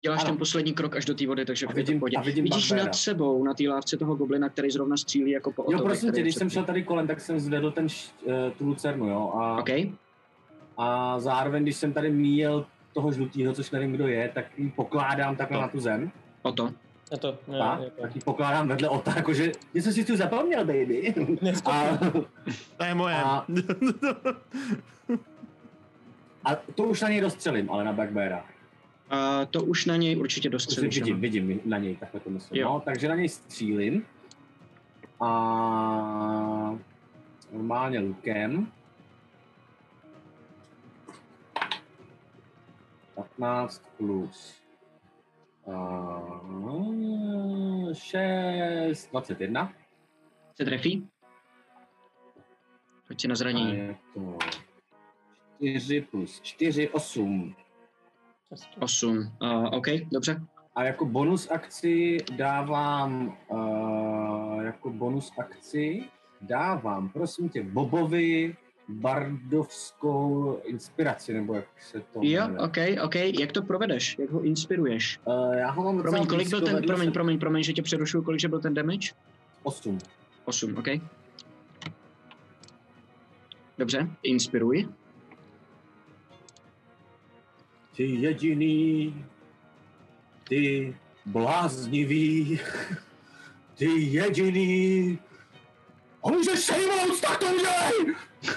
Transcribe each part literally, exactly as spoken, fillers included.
děláš ten poslední krok až do té vody, takže a vidím, a vidím vidíš Bugbeara. nad sebou, na té lávce toho goblina, který zrovna střílí jako po Jo, otovi, prosím tě, když je jsem šel tady kolem, tak jsem zvedl ten, uh, tu lucernu, jo, a, okay. a zároveň, když jsem tady míjel toho žlutýho, což nevím, kdo je, tak ji pokládám takhle to. na tu zem. O to. A to, ne, tak, jako. tak ji pokládám vedle Ota, jakože, něco si tu zapomněl, baby. A, to je moje. A, a to už na něj dostřelím, ale na Bugbeara. A to už na něj určitě dostřelíš. Vidím, vidím na něj, takhle to myslím. Jo. No, takže na něj střílím. A normálně lukem. patnáct plus uh, šest, dvacet jedna. Se trefí? Pojď si na A zranění. je to čtyři plus čtyři, osm. osm. Uh, OK, dobře. A jako bonus akci dávám, uh, jako bonus akci dávám, prosím tě, Bobovi bardovskou inspiraci, nebo jak se to Jo, jmenuje. OK, OK. Jak to provedeš? Jak ho inspiruješ? Uh, já ho mám docela Promiň, kolik byl blízko, ten, vedle promiň, se- promiň, promiň, že tě přerušuju, kolik že byl ten damage? osm. osm, OK. Dobře, inspiruj. Ty jediný, ty bláznivý, ty jediný, a můžeš sejmout, tak to udělej!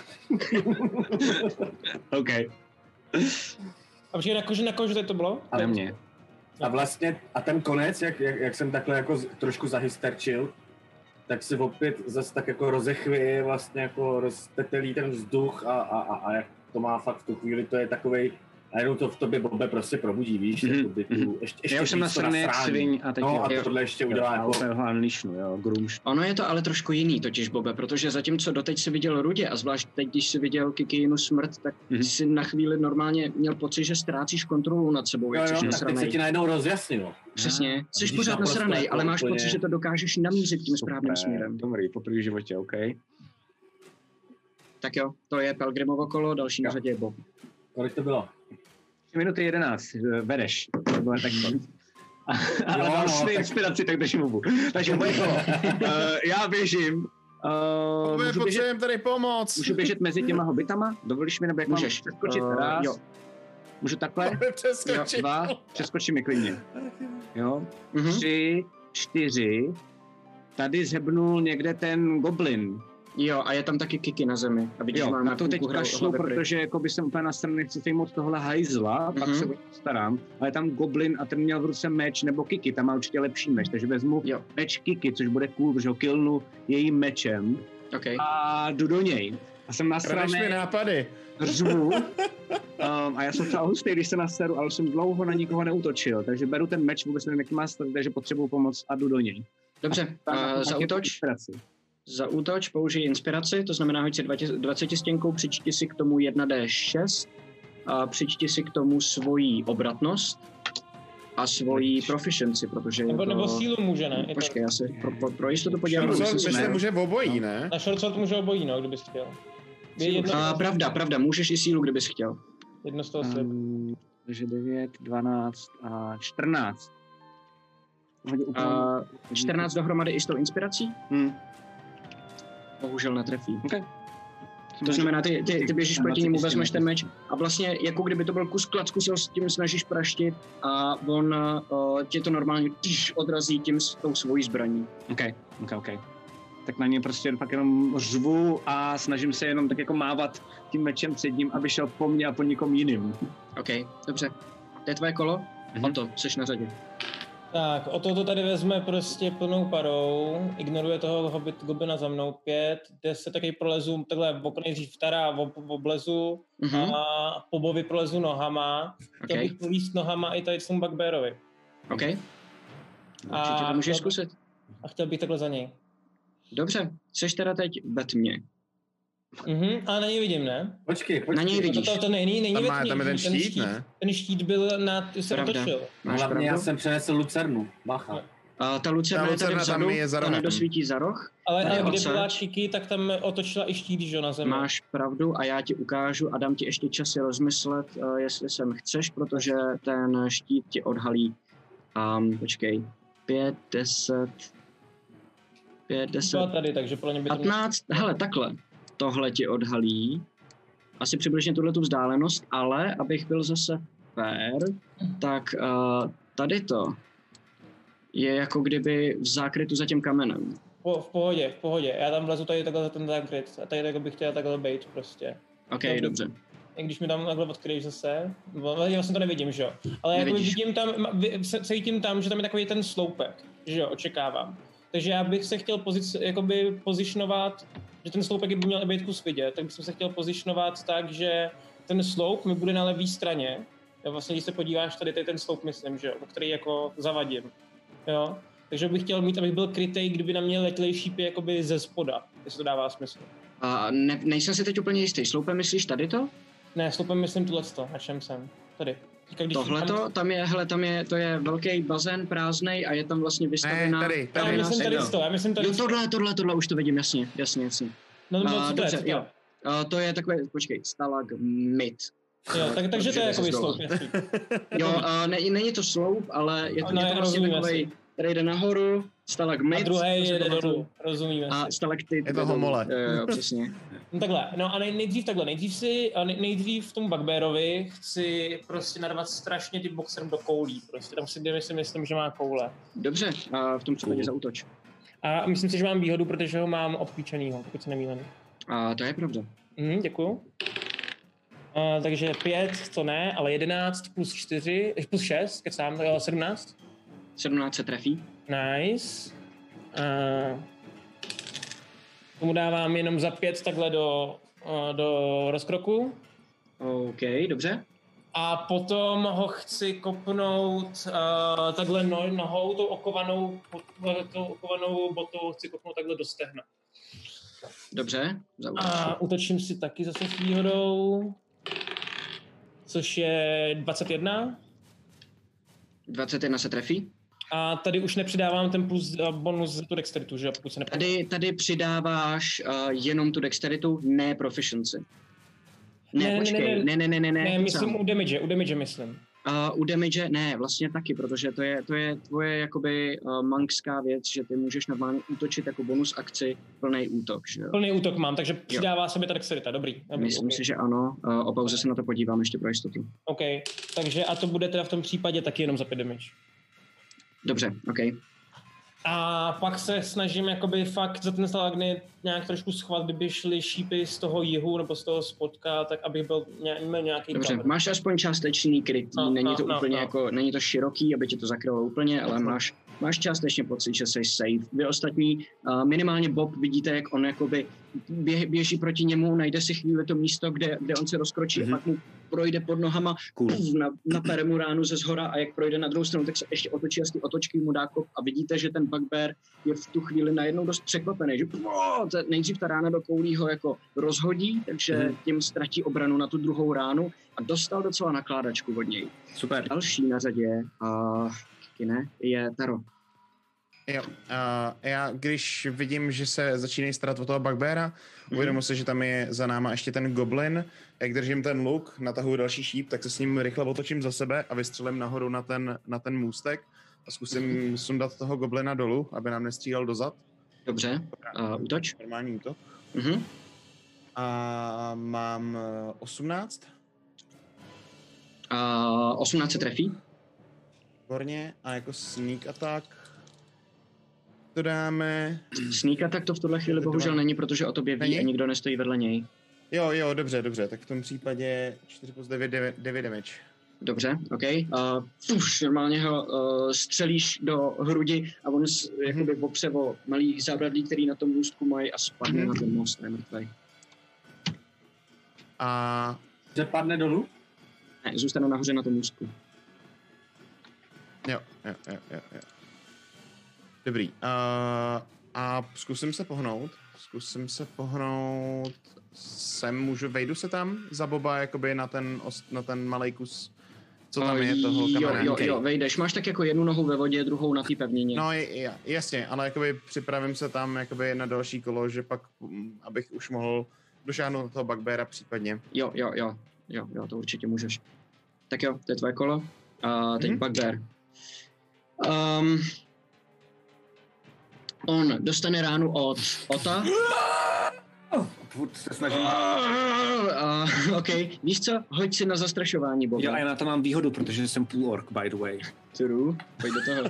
OK. A počkej, na koži, na koži to bylo? A, Na mě. a vlastně, a ten konec, jak, jak, jak jsem takhle jako z- trošku zahysterčil, tak si opět zase tak jako rozechvěje, vlastně jako roztetelí ten vzduch a, a, a, a jak to má fakt v tu chvíli, to je takovej, a jenom to v tobě, Bobe, prostě probudí, víš, Mhm, jako by tu, mhm. ještě, ještě Já už jsem víc to nasraný jak nasrání. sviň a teď No jo. a tohle ještě udělá Já jako, úplně ho unleashnu, jo, grumš. Ono je to ale trošku jiný totiž, Bobe, protože zatímco doteď si viděl Rudě a zvlášť teď, když si viděl Kikinu smrt, tak Mhm. si na chvíli normálně měl pocit, že ztrácíš kontrolu nad sebou, jo, jak jo, jsi tak teď nasranej. se ti najednou rozjasnilo. Přesně, jsi vidíš pořád naprosto nasranej, jako ale máš úplně- pocit, že to dokážeš namířit tím správným směrem. Dobrý, po první životě, OK. Tak jo, to je Pelgrimovo kolo, další na Jo. řadě je Bob. Kolik to bylo? tři minuty jedenáct, eh, vedeš. To bylo tak Ale Jo, dal no, si tak- inspiraci, tak držím hubu. Takže moje kolo. Uh, já běžím. Uh, Bobe, můžu, běžet, potřebujeme tady pomoc. můžu běžet mezi těma hobitama? Dovolíš mi, nebo jak mám Můžeš. přeskočit Eh, raz? jo. Můžu takhle? Bobe, přeskočit. Dva, přeskočím mi klidně. Jo, Mhm. tři, čtyři. Tady zhebnul někde ten goblin. Jo, a je tam taky Kiki na zemi. A vidíš, Jo, mám na to teď půlku hra- kašlu, hlavy pryč. protože jako by jsem úplně na straně nechci sejmout tohle hajzla, mm-hmm. pak Mhm. se o něj starám, ale tam goblin a ten měl v ruce meč nebo Kiki, tam má určitě lepší meč, takže vezmu Jo. meč Kiki, což bude cool, protože ho killnu jejím mečem OK. a jdu do něj. A jsem Kradeš mi nasraný, nápady. řvu um, a já jsem třeba hustý, když se naseru, ale jsem dlouho na nikoho neútočil, takže beru ten meč, vůbec nevím, jaký má stav, takže potřebuju pomoc a jdu do něj. Dobře, Tam uh, mám zaútoč. inspiraci. Zaútoč, použij inspiraci, to znamená hoď si dvacet stěnkou, přičti si k tomu jedna dé šest a přičti si k tomu svoji obratnost a svoji proficiency, protože Nebo, je to... nebo sílu může, ne? Je to- Počkej, já se pro, pro, pro jistotu podívám. Short myslím sword, si, myslím, ne. může obojí, ne? Na short sword může obojí, no, kdybys chtěl. Je jedno, A, pravda, pravda, můžeš i sílu, kdybys chtěl. jedno z toho slib. Um, takže devět, dvanáct a čtrnáct. Hodně úplně- A čtrnáct dohromady i s tou inspirací? Hmm. Bohužel netrefí. Okay. To znamená, ty, ty, ty běžíš proti němu, vezmeš ten meč a vlastně jako kdyby to byl kus klacku, se ho s tím snažíš praštit a on uh, tě to normálně tyž odrazí tím s tou svojí zbraní. OK, OK, OK. Tak na něj prostě fakt jenom řvu a snažím se jenom tak jako mávat tím mečem před ním, aby šel po mně a po nikom jiným. OK, dobře. To je tvoje kolo? Mhm. O to, seš na řadě. Tak, o to vezme vezme prostě plnou parou, ignoruje toho hobbit goblina za mnou pět, deset taky prolezu, takhle v okno nejdřív vtara ob, oblezu Mhm. a po Bovi prolezu nohama. Chtěl OK. bych políst nohama i tady tomu Bugbearovi. OK. Určitě to můžeš chtěl bych- zkusit. A chtěl bych takhle za něj. Dobře, seš teda teď ve tmě. Mhm, ale na něj vidím, ne? Počkej, počkej. Na něj To, vidíš. to, to není, není Tam ve má, tmě, tam je ten štít, ne? Ten štít byl na, ty se Pravda. otočil. Máš Hlavně já pravdu? jsem přenesl lucernu. Bacha. A ta lucerna Ta je tady lucerna tam vzadu, je za ta rohem. nedosvítí za roh. Ale, Tady ale kde odsaď. byla Kiki, tak tam otočila i štít, že jo, na zemi. Máš pravdu a já ti ukážu a dám ti ještě čas si rozmyslet, uh, jestli sem chceš, protože ten štít ti odhalí. Um, počkej, pět, deset, pět, deset, Byla tady, takže podle mě by to mělo... patnáct, hele, takhle. Tohle ti odhalí. Asi přibližně tuhletu vzdálenost, ale abych byl zase fair, tak uh, tady to je jako kdyby v zákrytu za tím kamenem. Po, v pohodě, v pohodě. Já tam vlezu tady takhle za ten zákryt a tady tak bych chtěl takhle být prostě. OK, Dobře. dobře. I když mi tam takhle odkryješ zase, já vlastně to nevidím, že jo. Ale jako vidím tam, cítím tam, že tam je takový ten sloupek, že jo, očekávám. Takže já bych se chtěl pozic, jakoby pozičnovat, že ten sloupek by měl být kus vidět, tak bych se chtěl pozičnovat tak, že ten sloup mi bude na levé straně. Já vlastně, když se podíváš, tady, tady ten sloup, myslím, že jo, o který jako zavadím. Jo? Takže bych chtěl mít, abych byl krytej, kdyby na mě letěly šípy jakoby ze spoda, jestli to dává smysl. A ne, nejsem si teď úplně jistý. Sloupem myslíš tady to? Ne, sloupem myslím tohleto, na čem jsem. Tady. Tohleto, tam... tam je, hele, tam je, to je velký bazén prázdnej a je tam vlastně vystavená... Ne, tady, tady. Já myslím tady to, já myslím tady Jo, tohle, tohle, tohle, už to vidím, jasně, jasně, jasně. No to bylo uh, co dobře, to je, jo. Uh, to je takové, počkej, stalagmit. Jo, tak, takže to je jakoby sloup, Jo, uh, ne, není to sloup, ale je to, no, je to vlastně takovej, který jde nahoru, stalagmit. A druhý jde dolů, rozumíme. A stalaktit. Je to homole. Jo, jo, přesně. No takhle, no a nej, nejdřív takhle, nejdřív si, nej, nejdřív tomu bugbearovi chci prostě narvat strašně ty boxerem do koulí, prostě tam si jdeme si myslím, že má koule. Dobře, a v tom případě cool. Zaútoč. A myslím si, že mám výhodu, protože ho mám obklíčenýho, pokud se nemýlím. A to je pravda. Mhm, děkuju. A, takže pět, to ne, ale jedenáct plus čtyři, plus šest, kecám, sedmnáct. sedmnáct se trefí. Nice. A tomu dávám jenom za pět takhle do, do rozkroku. OK, dobře. A potom ho chci kopnout uh, takhle no, nohou, tou okovanou, tou okovanou botou chci kopnout takhle do stehna. Dobře, zaútoč. A útočím si taky zase s výhodou, což je dvacet jedna. dvacet jedna se trefí. A tady už nepřidávám ten plus uh, bonus za tu dexteritu, že jo? Se tady, tady přidáváš uh, jenom tu dexteritu, ne proficiency. Ne, ne počkej, ne, ne, ne, ne, ne. Ne, myslím u damage, u damage myslím. Uh, u damage, ne, vlastně taky, protože to je, to je tvoje jakoby uh, monkská věc, že ty můžeš normálně útočit jako bonus akci plný útok, že jo? Plný útok mám, takže přidává jo. se mi ta dexterita, dobrý. dobrý Myslím okay. si, že ano, uh, o pauze se na to podívám ještě pro jistotu. OK, takže a to bude teda v tom případě taky jenom za pět damage. Dobře, OK. A pak se snažím jakoby fakt za ten stalagmit nějak trošku schovat, kdyby šly šípy z toho jihu nebo z toho spodka, tak abych byl měl nějaký Dobře, cover. Máš aspoň částečný krytí, no, není no, to no, úplně no. jako, není to široký, aby tě to zakrylo úplně, ale máš, máš částečně pocit, že jsi safe. Vy ostatní, uh, minimálně Bob, vidíte, jak on jakoby bě, běží proti němu, najde si chvíli to místo, kde, kde on se rozkročí mm-hmm. a pak mu projde pod nohama, cool. na, napere mu ránu ze zhora a jak projde na druhou stranu, tak se ještě otočí a z ty otočky mu dá kop a vidíte, že ten bugbear je v tu chvíli najednou dost překvapený, že oh, to, nejdřív ta rána do koulí ho jako rozhodí, takže mm. tím ztratí obranu na tu druhou ránu a dostal docela nakládačku od něj. Super. Další na řadě, uh, ne, je Taro. Jo, uh, já když vidím, že se začínají starat o toho bugbeara, mm-hmm. uvědomuji se, že tam je za náma ještě ten goblin, jak držím ten luk, natahuji další šíp, tak se s ním rychle otočím za sebe a vystřelím nahoru na ten, na ten můstek a zkusím sundat toho goblina dolů, aby nám nestřílel dozad. Dobře, uh, útoč. Normální útok. Mm-hmm. A mám osmnáct. Uh, osmnáct se trefí. Výborně, a jako sneak attack to dáme... Sneak attack to v tuhle chvíli bohužel není, protože o tobě ví není? A nikdo nestojí vedle něj. Jo, jo, dobře, dobře, tak v tom případě čtyři plus devět, devět damage. Dobře, OK. Uh, fuš, normálně ho uh, střelíš do hrudi a on s, mm-hmm. jakoby opře o malý zábradlí, který na tom můstku mají a spadne mm-hmm. na ten most, je mrtvej. A... Že padne dolů? Ne, zůstane nahoře na tom můstku. Jo, jo, jo, jo, jo. Dobrý. Uh, a zkusím se pohnout. Zkusím se pohnout sem, můžu, vejdu se tam za Boba, jakoby na ten, na ten malej kus Co tam je toho Jo, kamenem? jo, jo, vejdeš. Máš tak jako jednu nohu ve vodě, druhou na té pevnině. No j- jasně, ale jakoby připravím se tam jakoby na další kolo, že pak, mm, abych už mohl došáhnout toho bugbeara případně. Jo, jo, jo, jo, jo, to určitě můžeš. Tak jo, to je tvoje kolo. A teď Mhm. bugbear. Um, on dostane ránu od Ota. Furt se snažím. Uh, OK, víš co? Hoď si na zastrašování, Boba. Jo, a já na to mám výhodu, protože jsem půl ork, by the way. True, pojď do toho.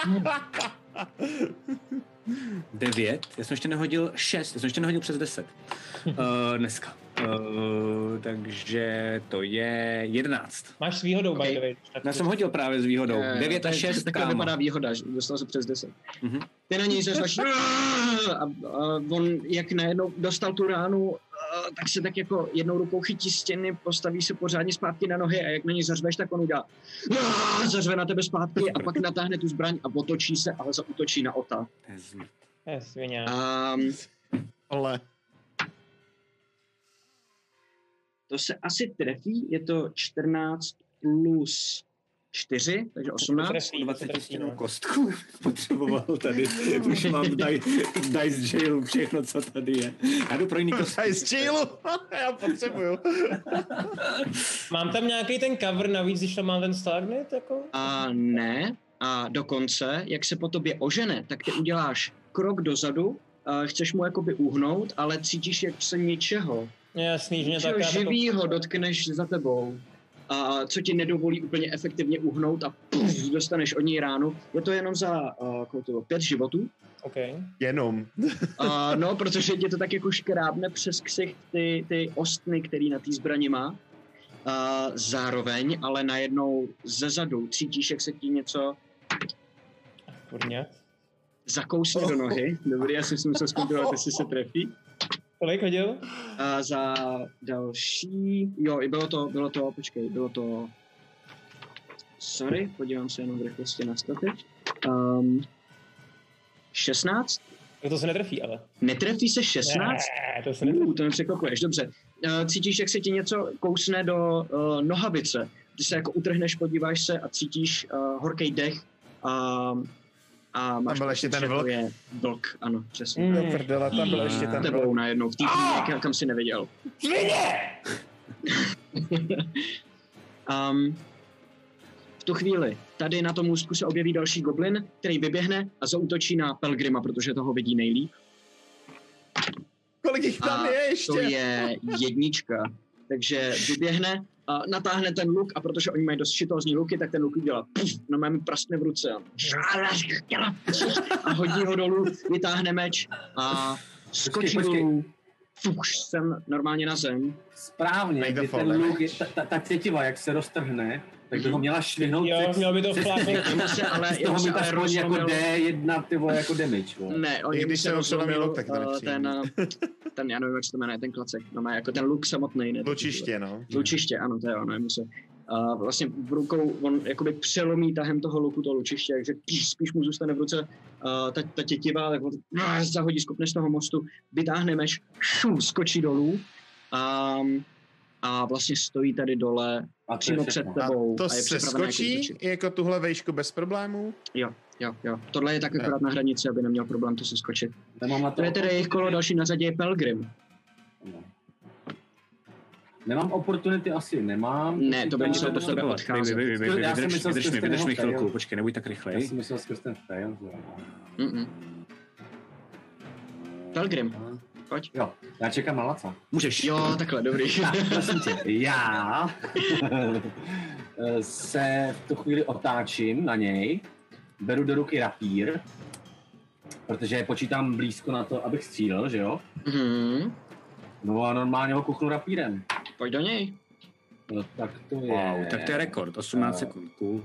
Devět, já jsem ještě nehodil šest, já jsem ještě nehodil přes deset. Uh, dneska. Uh, takže to je jedenáct. Máš s výhodou, Okay. by the way. Tak Já jsem hodil právě s výhodou. Eh, devět a to je- šest, Takhle kámo. vypadá výhoda, že dostal se přes deset. Mhm. Ty na něj zařvaš a, a on jak najednou dostal tu ránu, a, tak se tak jako jednou rukou chytí stěny, postaví se pořádně zpátky na nohy a jak na něj zařveš, tak on udělá a, zařve na tebe zpátky a pak natáhne tu zbraň a otočí se a zaútočí na Ota. To je zl- je svině. Um, Ale to se asi trefí, je to čtrnáct plus čtyři, takže osmnáct. Trefí, dvacet trefí, stěnou no. kostku potřeboval tady. Už mám v Dice, v Dice Jailu všechno, co tady je. Já jdu pro jiný kostky. Tady z jailu, já potřebuju. Mám tam nějaký ten cover navíc, když tam mám ten Starnet, jako? A ne, a dokonce, jak se po tobě ožene, tak ty uděláš krok dozadu, a chceš mu jakoby uhnout, ale cítíš, jak se něčeho, Jasný, že mě tak... něčeho živýho dotkneš za tebou, a co ti nedovolí úplně efektivně uhnout a puf, dostaneš od něj ránu. Je to jenom za uh, to, pět životů. OK. Jenom. Uh, no, protože tě to tak jako škrábne přes ksicht ty, ty ostny, který na té zbrani má. Uh, zároveň, ale najednou zezadu cítíš, jak se ti něco Kurně. zakousne do nohy. Dobrý, já jsem si musel zkontrolovat, jestli se trefí. Kolik hodil? A za další, jo, i bylo to, bylo to, počkej, bylo to, sorry, podívám se jenom v rychlosti na staty. Um, šestnáct? To se netrefí, ale. Netrefí se šestnáct? Ne, to se netrefí. Uh, to nepřekvapuješ, dobře. Uh, cítíš, jak se ti něco kousne do uh, nohavice. Ty se jako utrhneš, podíváš se a cítíš uh, horký dech a, a máš byl pocit, ještě ten že to vlk? je vlk, ano, přesně. Mm. Do prdele, tam byl ještě ten Tebou najednou, v té ah! kam si neviděl. um, v tu chvíli tady na tom můstku se objeví další goblin, který vyběhne a zaútočí na Pelgrima, protože toho vidí nejlíp. Kolik jich tam A je ještě? to je jednička. Takže vyběhne a natáhne ten luk a protože oni mají dost šitózní luky, tak ten luk udělá puf, no máme praskne v ruce a hodí ho dolů, vytáhne meč a skočí Počkej, dolů. Fuš, jsem normálně na zem. Správně, Make the kdy fall ten luk, damage. je- ta, ta, ta tětiva, jak se roztrhne, tak by ho měla švihnout Jo, přes- mělo by to přes- fláknout. Jemu se ale, z jemu toho se mít ale aspoň jako rozlomil, D jedna, ty vole, jako damage, vole. ne, on I jemu když se se rozlomil rozlomil luk, tak to eh, nepřijde. ten, eh, ten, já nevím, jak se to jmenuje, ten klacek, no má jako ten luk samotný, ne? Lučiště, no. Lučiště, ano, to je ono, jemu se a vlastně v rukou on jakoby přelomí tahem toho luku to lučiště, takže píš, spíš mu zůstane v ruce uh, ta, ta tětiva, tak on uh, zahodí, skopne z toho mostu, vytáhne meč, šum, skočí dolů a, a vlastně stojí tady dole A to přímo je před všechno. A tebou. to a je se připravená jako skočí útočit. jako tuhle vejšku bez problémů? Jo, jo, jo. Tohle je tak akorát na hranici, aby neměl problém to se skočit. Nemám na To je tedy jejich kolo, další na řadě je Pelgrim. Nemám opportunity, asi nemám. Ne, to by muselo do tebe odcházet. Já jsem myslel Vydrž mi, skrz ten vydrž mi jeho chvilku, fail. počkej, nebuď tak Já rychlej. jsem myslel skrz ten fail. že jo. Mm-mm. Pelgrim, pojď. Jo, já čekám na Laca. Můžeš. Jo, takhle, dobrý. Prosím tě, já se v tu chvíli otáčím na něj, beru do ruky rapír, protože počítám blízko na to, abych střílel, že jo? Mhm. No a normálně ho kuchnu rapírem. Pojď do něj. No tak to je... Wow, tak to je rekord, osmnáct No. sekund, cool.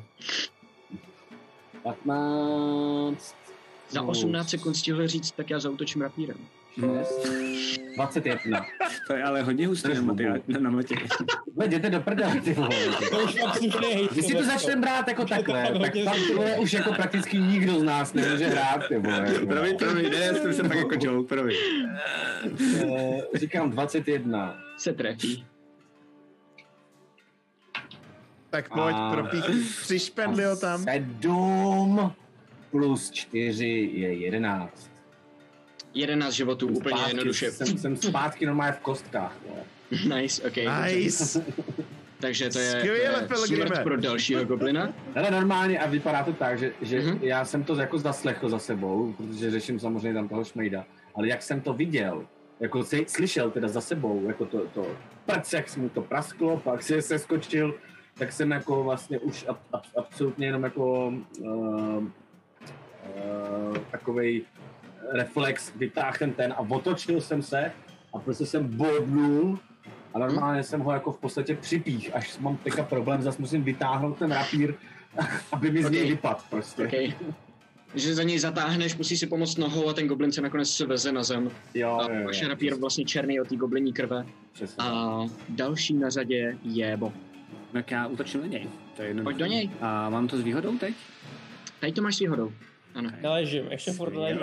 patnáct... Za osmnáct sekund stihl říct, tak já zautočím rapírem. šest, dvacet jedna. To je ale hodně hustý na matě. Na matě. Ve, jděte do prdele, ty vole. To už fakt slušný hejt. Když si to začneme brát jako takhle, fakt tak hodně tam ty vole, už jako prakticky nikdo z nás nemůže hrát, ty vole. Promiň, promiň, ne, to jsem tak jako joke, promiň. Eh, Říkám dvacet jedna. Se trefí. Tak pojď, A- propích, přišpendli ho tam. Sedm plus čtyři je jedenáct. jedenáct životů, úplně Zpátky, jednoduše. Jsem, jsem zpátky normálně v kostkách. Jo. Nice, ok. dobře. Nice. Takže to je, to Skvěle, je Pilgrime. smrt pro dalšího goblina. Ale normálně a vypadá to tak, že, že Mhm. já jsem to jako zaslechl za sebou, protože řeším samozřejmě tam toho šmejda, ale jak jsem to viděl, jako se, slyšel teda za sebou, jako to, to prc, jak se mu to prasklo, pak se seskočil, tak jsem jako vlastně už ab, ab, absolutně jenom jako uh, uh, takovej reflex vytáhl ten ten a otočil jsem se a prostě jsem bodnul a normálně jsem ho jako v podstatě připích, až mám teďka problém, zase musím vytáhnout ten rapír, aby mi z něj Ok. vypad prostě. Ok. Že za něj zatáhneš, musíš si pomoct nohou a ten goblin se nakonec sveze na zem. Jo, A jo, jo, váš rapír vlastně černý od té goblinní krve. přesně. A další na řadě je Bob. Tak já útočím na něj. To je jednoduché. Pojď do něj. A mám to s výhodou teď? Tady to máš s výhodou. Ano. Neležím, ještě furt neležím.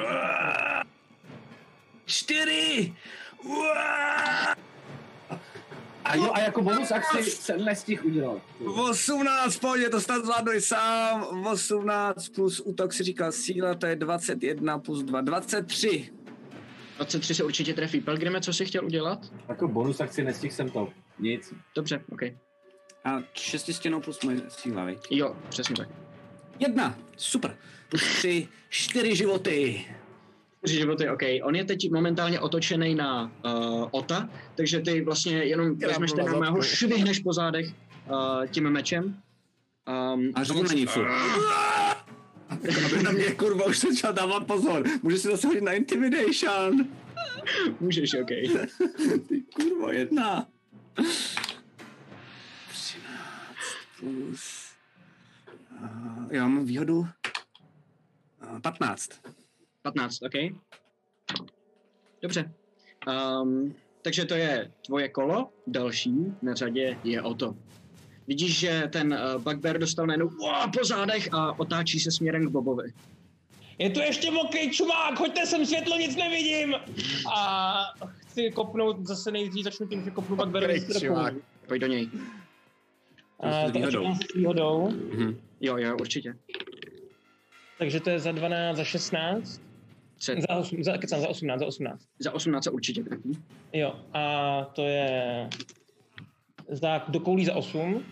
Čtyři! A jo, a jako bonus akci jsem nestihl udělat. osmnáct, pojď, to snad zvládnu i sám. osmnáct plus útok si říkal síla, to je dvacet jedna plus dva, dvacet tři. dvacet tři se určitě trefí. Pelgrime, co jsi chtěl udělat? Jako bonus akci nestihl jsem to. Nic. Dobře, ok. A šestistěnou plus moje síla, viď? Jo, přesně tak. Jedna, super. Plus tři, čtyři životy. Čtyři životy, ok. On je teď momentálně otočený na uh, Ota, takže ty vlastně jenom Já vezmeš budu ten na a ho zadku. švihneš po zádech uh, tím mečem. Um, A řvu na ní furt. Aby na mě kurva už začal dávat pozor. Může si zase hodit na intimidation. Můžeš, ok. Ty kurva, jedna. třináct plus... Uh, já mám výhodu. Uh, patnáct. patnáct, ok. Dobře. Um, takže to je tvoje kolo, další na řadě je Oto. Vidíš, že ten uh, Bugbear dostal najednou wow, po zádech a otáčí se směrem k Bobovi. Je tu ještě mokrý čumák, hoďte sem světlo, nic nevidím! A chci kopnout, zase nejdřív začnu tím, že kopnu Bugbearovi Mokrý z trpů. čumák. Pojď do něj. A S to výhodou. očekám s výhodou. Mhm. Jo, jo, určitě. Takže to je za dvanáct, za šestnáct. Se, Za, osm, za, kecám, za osmnáct, za osmnáct. za osmnáct se určitě trefí. Jo, a to je... Za, do koulí za osm.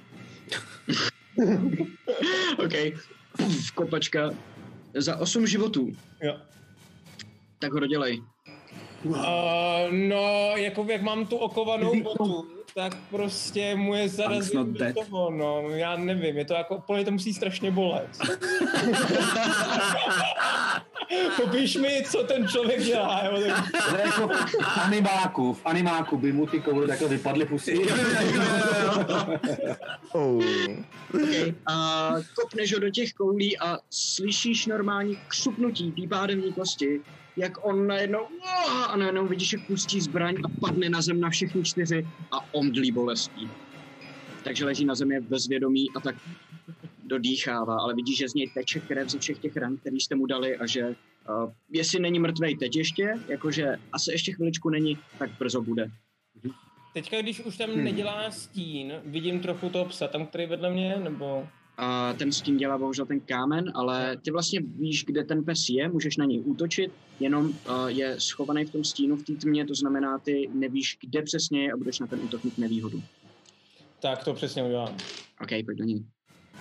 OK. Puf, kopačka. Za osm životů. Jo. Tak ho dodělej. Uh, no, jako jak mám tu okovanou botu, tak prostě mu je Punk's zarazit not dead. toho, no, já nevím, je to jako, úplně to musí strašně bolet. Popiš mi, co ten člověk dělá, jo, tak... To je jako v animáku, v animáku by mu ty koule takhle vypadly pusy. Oh. Okay. A kopneš ho do těch koulí a slyšíš normální křupnutí té pádevní kosti, jak on najednou a najednou vidíš, jak pustí zbraň a padne na zem na všechny čtyři a omdlí bolestí. Takže leží na zemi bezvědomí a tak dodýchává, ale vidíš, že z něj teče krev ze všech těch ran, který jste mu dali a že uh, jestli není mrtvej teď ještě, jakože asi ještě chviličku není, tak brzo bude. Teďka, když už tam nedělá stín, vidím trochu toho psa tam, který vedle mě, nebo... A ten s tím dělá bohužel ten kámen, ale ty vlastně víš, kde ten pes je, můžeš na něj útočit, jenom uh, je schovaný v tom stínu v té tmě, to znamená, ty nevíš, kde přesně je a budeš na ten útok mít nevýhodu. Tak to přesně udělám. OK, pojď do něj.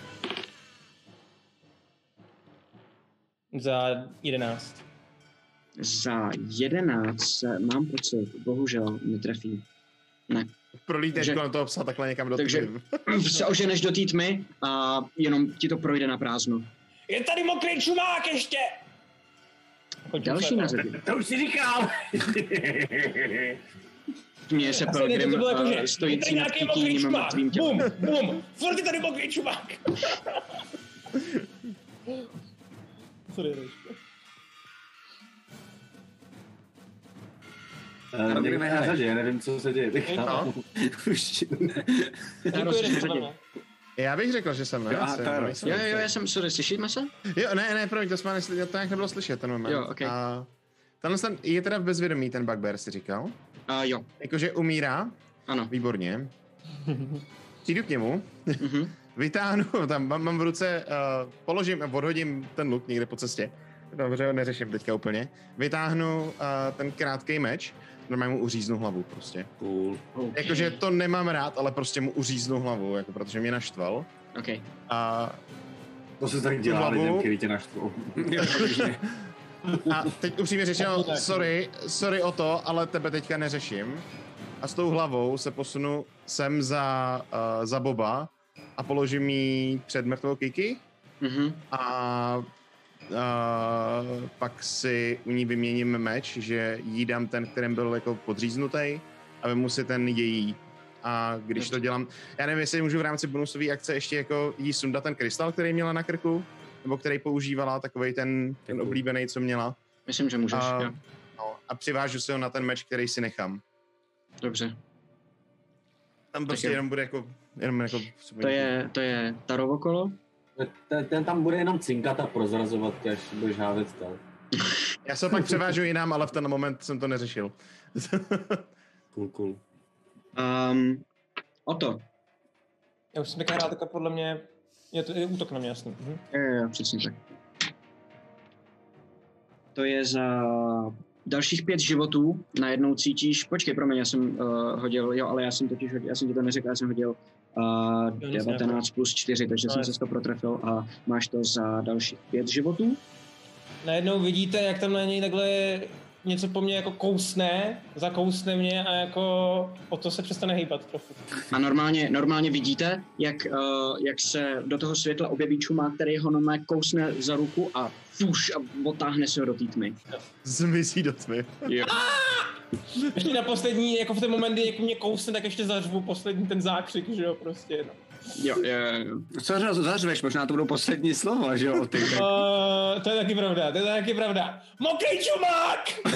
Za jedenáct. Za jedenáct se, mám pocit, bohužel netrefí. Ne. Prolítneš Takže- kolem toho psa takhle někam do takže- tmy. Se oženeš do té tmy a jenom ti to projde na prázdno. Je tady mokrý čumák ještě! Končím Další se, na no. řadě. To už si říkal. Tmě se Asi ne, Pelgrim to bylo jako, uh, že je stojící tady nad nějaký mokrý kytím čumák, mrtvým tělem. bum, bum, furt je tady mokrý čumák. Sorry, Rejško. Uh, někde na řadě, nevím, co se děje. teďka. No. Už- Taros, Děkuji, na že řadě. Já bych řekl, že jsem, ne? Jo, aha, Jsem, Taros. nejsem Jo, jo, jistý. já jsem, sorry, slyšíme se? Jo, ne, ne, promiň, to jsme nesli, to nějak nebylo slyšet, ten moment. Jo, ok. A tenhle ten je teda v bezvědomí, ten Bugbear, si říkal. Uh, jo, Jakože umírá, ano. výborně. Přijdu k němu, Mhm. vytáhnu, tam mám, mám v ruce, uh, položím a odhodím ten luk někde po cestě. Dobře, ho neřeším teďka úplně. Vytáhnu uh, ten krátký meč, normálně mu uříznu hlavu prostě. Cool. Okay. Jakože to nemám rád, ale prostě mu uříznu hlavu, jako protože mě naštval. Okay. A To se tak dělá lidem, který tě naštvou. A teď upřímně řečeno, sorry, sorry o to, ale tebe teďka neřeším. A s tou hlavou se posunu sem za, uh, za Boba a položím jí před mrtvou Kiki. Mm-hmm. A uh, pak si u ní vyměním meč, že jí dám ten, kterým byl jako podříznutý a vemu si ten její. A když to dělám, já nevím, jestli můžu v rámci bonusové akce ještě jako jí sundat ten krystal, který měla na krku, nebo který používala, takovej ten, ten oblíbený, co měla. Myslím, že můžeš, a, jo. No, a přivážu si ho na ten meč, který si nechám. Dobře. Tam prostě jo. jenom bude jako, jenom jako... To je, to je Tarovo kolo? Ten, ten tam bude jenom cinkat a prozrazovat tě, až budeš házet stal. Já se pak převážu jinam, ale v ten moment jsem to neřešil. Cool, cool. Um, Oto. Já už jsem taky hrál, tak podle mě je to je útok na mě, jasný. Mhm. Jo, jo, přesně tak. To je za dalších pět životů. Najednou cítíš, počkej, promiň, já jsem uh, hodil, jo, ale já jsem totiž hodil, já jsem ti to neřekl, já jsem hodil uh, devatenáct plus čtyři, takže no, jsem se to protrefil a máš to za dalších pět životů. Najednou vidíte, jak tam na něj takhle něco po mně jako kousne, zakousne mě a jako o to se přestane hýbat trochu. A normálně, normálně vidíte, jak, uh, jak se do toho světla objeví čumák, který ho normálně kousne za ruku a fuš a otáhne se ho do té tmy. Zmizí do tmy. Jo. Ještě na poslední, jako v ten moment, kdy jako mě kousne, tak ještě zařvu poslední ten zákřik, že jo, prostě, no. Jo, jo, jo. Co zařveš? Možná to budou poslední slova, že jo? Ty. Uh, to je taky pravda, to je taky pravda. Mokrý čumák!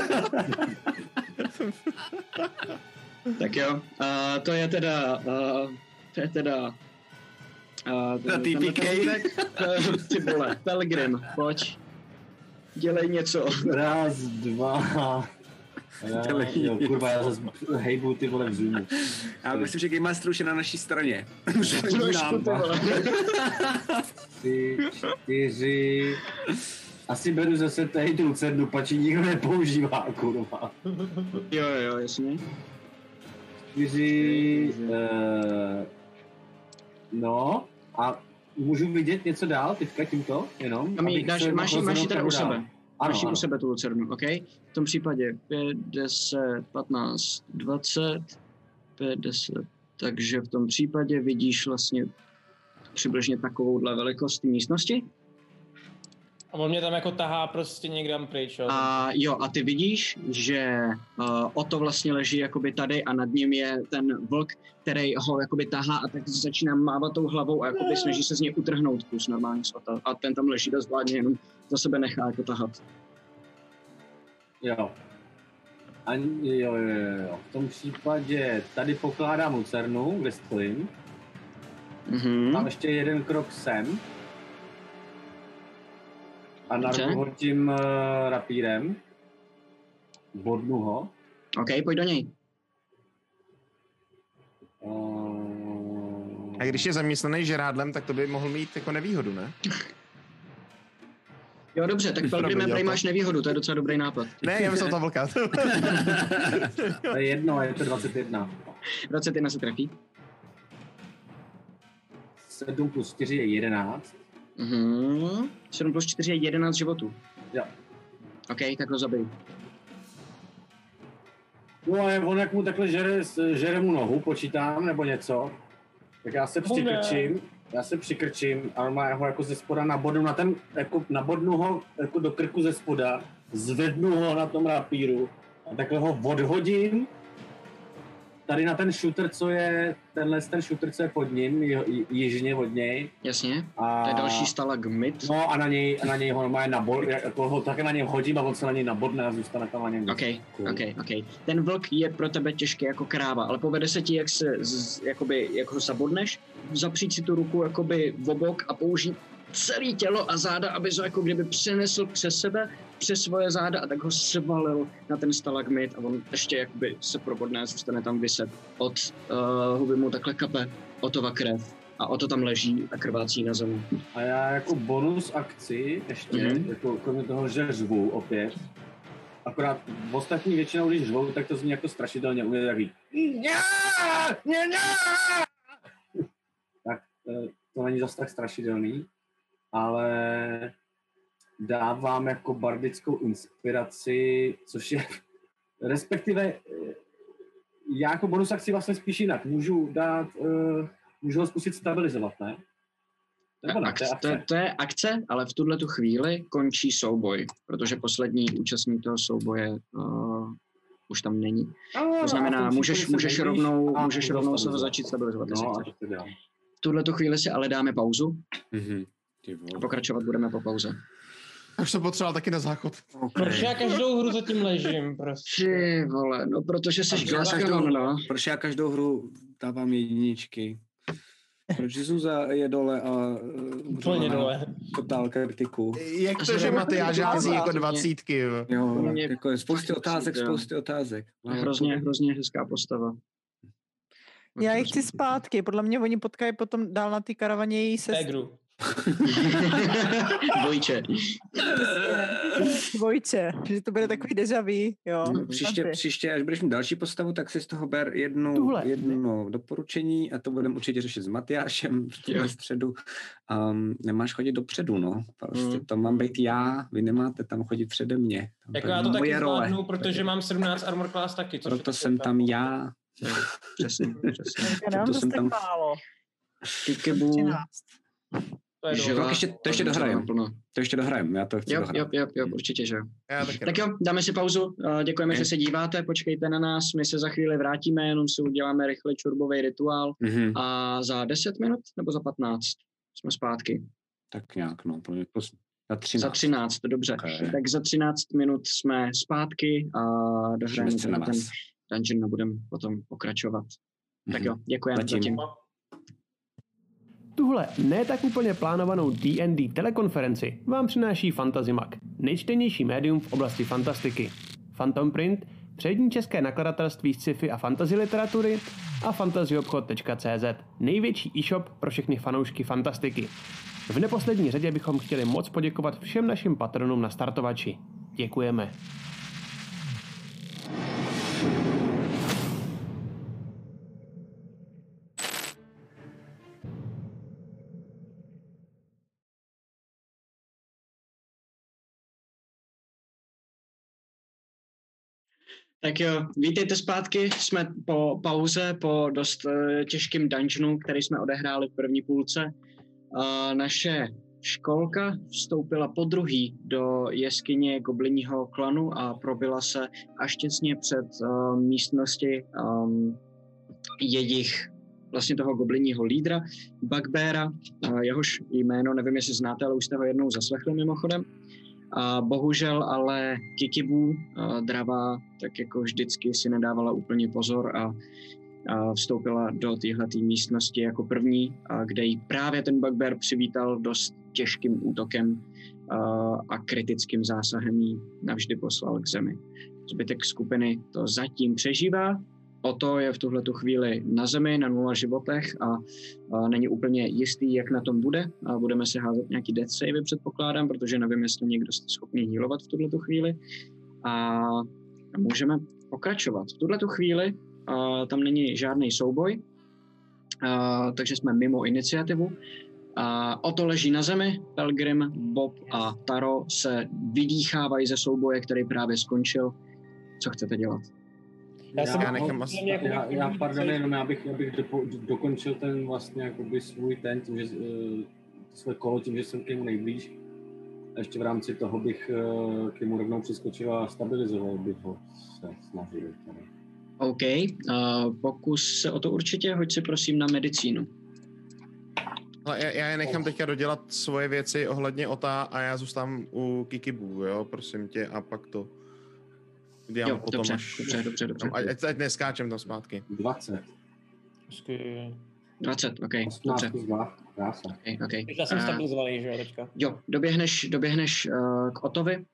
Tak jo, uh, to je teda, uh, to je teda, uh, Na T P K. Ty vole, Pelgrim, pojď, dělej něco. Raz, dva... Já, jo, kurva, já zase hejbu ty vole v Zoomu. Já myslím, že Game Master už je na naší straně. Už Trošku, ty vole. Tři, čtyři... Asi beru zase tady tu cenu, pači nikdo nepoužívá, kurva. Jo, jo, jasně. Čtyři... Uh, no, a můžu vidět něco dál teďka tímto, jenom? A my, dáš, máš, máš ji teda u sebe. Ano, máš ji ano. u sebe tu lucernu, OK? V tom případě pět, deset, patnáct, dvacet, pět, deset. Takže v tom případě vidíš vlastně přibližně takovouhle velikost té místnosti. A on mě tam jako tahá prostě někam pryč, jo. A jo, a ty vidíš, že uh, Otto vlastně leží jakoby tady a nad ním je ten vlk, který ho jakoby tahá a tak začíná mávat tou hlavou a jakoby snaží se z něj utrhnout kus normálně z Otta. A ten tam leží dost vládně, jenom za sebe nechá jako tahat. Jo. A jo, jo, jo. V tom případě tady pokládám lucernu, kde stojím. Mhm. Mám ještě jeden krok sem. A narvu ho tím uh, rapírem. Bodnu ho. OK, pojď do něj. Uh... A když je zaměstnaný žrádlem, tak to by mohl mít jako nevýhodu, ne? Jo, dobře, tak Pelgrime, prej máš nevýhodu, to je docela dobrý nápad. Ne, já myslel to vlka. To je jedno, je to dvacet jedna. dvacet jedna se trefí. sedm plus čtyři je jedenáct. Mhm. sedm plus čtyři je jedenáct životů. Jo. OK, tak ho zabij. No a on jak mu takhle žere, žere mu nohu, počítám, nebo něco, tak já se přikrčím, já se přikrčím a normálně ho jako ze spoda nabodnu na ten, jako nabodnu ho jako do krku ze spoda, zvednu ho na tom rapíru a takhle ho odhodím tady na ten shooter, co je, tenhle ten shooter, co je pod ním, jižně od něj. Jasně, a... to je další stalagmit. No a na něj, a na něj ho normálně nabod, jako ho také na něj hodím a on se na něj nabodne a zůstane tam na něm. OK, OK, OK. Ten vlk je pro tebe těžký jako kráva, ale povede se ti, jak se, z, jakoby, jak ho zabodneš, zapřít si tu ruku jakoby v obok a použít celé tělo a záda, aby ho jako kdyby přenesl přes sebe, přes svoje záda a tak ho svalil na ten stalagmit a on ještě jakoby se probodne a zůstane tam viset. Od uh, huby mu takhle kape Ottova krev A o to tam leží a krvácí na zemi. A já jako bonus akci ještě, mm-hmm. jako kromě toho, že řvu opět, akorát v ostatní většinou, když řvou, tak to zní jako strašidelně, umí takový tak to není zase tak strašidelný, ale dávám jako bardickou inspiraci, což je respektive já jako bonus akci vlastně spíš jinak. Můžu dát, uh, můžu ho zkusit stabilizovat, ne? To, ne, akce, to, je akce. To, to je akce, ale v tuhle tu chvíli končí souboj, protože poslední účastník toho souboje uh, už tam není. No, to znamená, no, můžeš, můžeš rovnou, a, můžeš rovnou se ho začít stabilizovat. No, v tuhle tu chvíli si ale dáme pauzu. Mm-hmm. A pokračovat budeme po pauze. Už jsem potřeboval taky na záchod. Okay. Proč já každou hru zatím ležím, prostě? Ty vole, no protože jsi glaskanon, no. Proč já každou hru dávám jedničky? Proč Zuza je dole a... Úplně dole. Totál kritiku. Jak to, že Matyáš hází jako dvacítky, jo? Jo, jako je spousty otázek, spousty otázek. Hrozně, hrozně hezká postava. Já ji chci zpátky, podle mě oni potkají potom dál na té karavaně její sestru. Tegru. Dvojče. Dvojče, že to bude takový déjà vu, jo. No, příště, příště, až budeš mít další postavu, tak si z toho ber jednu, jedno doporučení a to budeme určitě řešit s Matyášem ve středu. Um, nemáš chodit dopředu, no. Prostě mm. to mám být já, vy nemáte tam chodit přede mě. Tam jako já to taky zvládnu, protože mám sedmnáct armor class taky. Proto jsem tam já. Přesně, přesně. Já nám dost tak málo. Kikebu. To, to ještě, to ještě dohrajem. To ještě dohrajem, já to chci jo, dohrát. Jo, jo, jo, určitě, že jo. Tak, tak jo, dáme si pauzu, děkujeme, že se díváte, počkejte na nás, my se za chvíli vrátíme, jenom si uděláme rychle čurbový rituál mm-hmm. a za deset minut nebo za patnáct jsme zpátky. Tak nějak, no, za třináct. Za třináct, dobře. Okay. Tak za třináct minut jsme zpátky a dohrajeme ten dungeon a budeme potom pokračovat. Mm-hmm. Tak jo, děkujeme zatím. Tuhle ne tak úplně plánovanou D and D telekonferenci vám přináší FantazyMag, nejčtenější médium v oblasti fantastiky. Phantom Print, přední české nakladatelství sci-fi a fantasy literatury a fantazyobchod tečka cé zet, největší e-shop pro všechny fanoušky fantastiky. V neposlední řadě bychom chtěli moc poděkovat všem našim patronům na startovači. Děkujeme. Tak jo, vítejte zpátky, jsme po pauze, po dost uh, těžkým dungeonu, který jsme odehráli v první půlce. Uh, naše školka vstoupila podruhý do jeskyně goblinního klanu a probila se až těsně před uh, místnosti um, jejich, vlastně toho goblinního lídra, Bugbeara, uh, jehož jméno, nevím, jestli znáte, ale už jste ho jednou zaslechli mimochodem. A bohužel ale Kikibu, dravá, tak jako vždycky si nedávala úplně pozor a, a vstoupila do téhleté místnosti jako první, a kde jí právě ten Bugbear přivítal dost těžkým útokem a, a kritickým zásahem jí navždy poslal k zemi. Zbytek skupiny to zatím přežívá, Oto je v tuhletu chvíli na zemi, na nula životech a, a není úplně jistý, jak na tom bude. A budeme si házet nějaký death save, předpokládám, protože nevím, jestli někdo jste schopný healovat v tuhletu chvíli. A můžeme pokračovat. V tuhletu chvíli a, tam není žádný souboj, a, takže jsme mimo iniciativu. A Oto leží na zemi, Pelgrim, Bob a Taro se vydýchávají ze souboje, který právě skončil. Co chcete dělat? Já, já, já nechám asi... Já, já, já pardon, jenom já bych, já bych do, dokončil ten vlastně jakoby svůj ten, tím, že, uh, své kolo tím, že jsem k němu nejblíž. A ještě v rámci toho bych uh, k němu rovnou přiskočil a stabilizoval bych ho se snažil. OK, uh, pokus se o to určitě, hoď si prosím na medicínu. Ale já, já je nechám teďka dodělat svoje věci ohledně Ota a já zůstám u Kikibu, jo, prosím tě, a pak to dělám jo, potom dobře, až... dobře, dobře, dobře. No, ať, ať neskáčem tam zpátky. dvacet. dvacet, ok, dobře. Okay, okay. Já jsem stabilizovaný, že jo, teďka. Jo, doběhneš, doběhneš uh, k Otovi.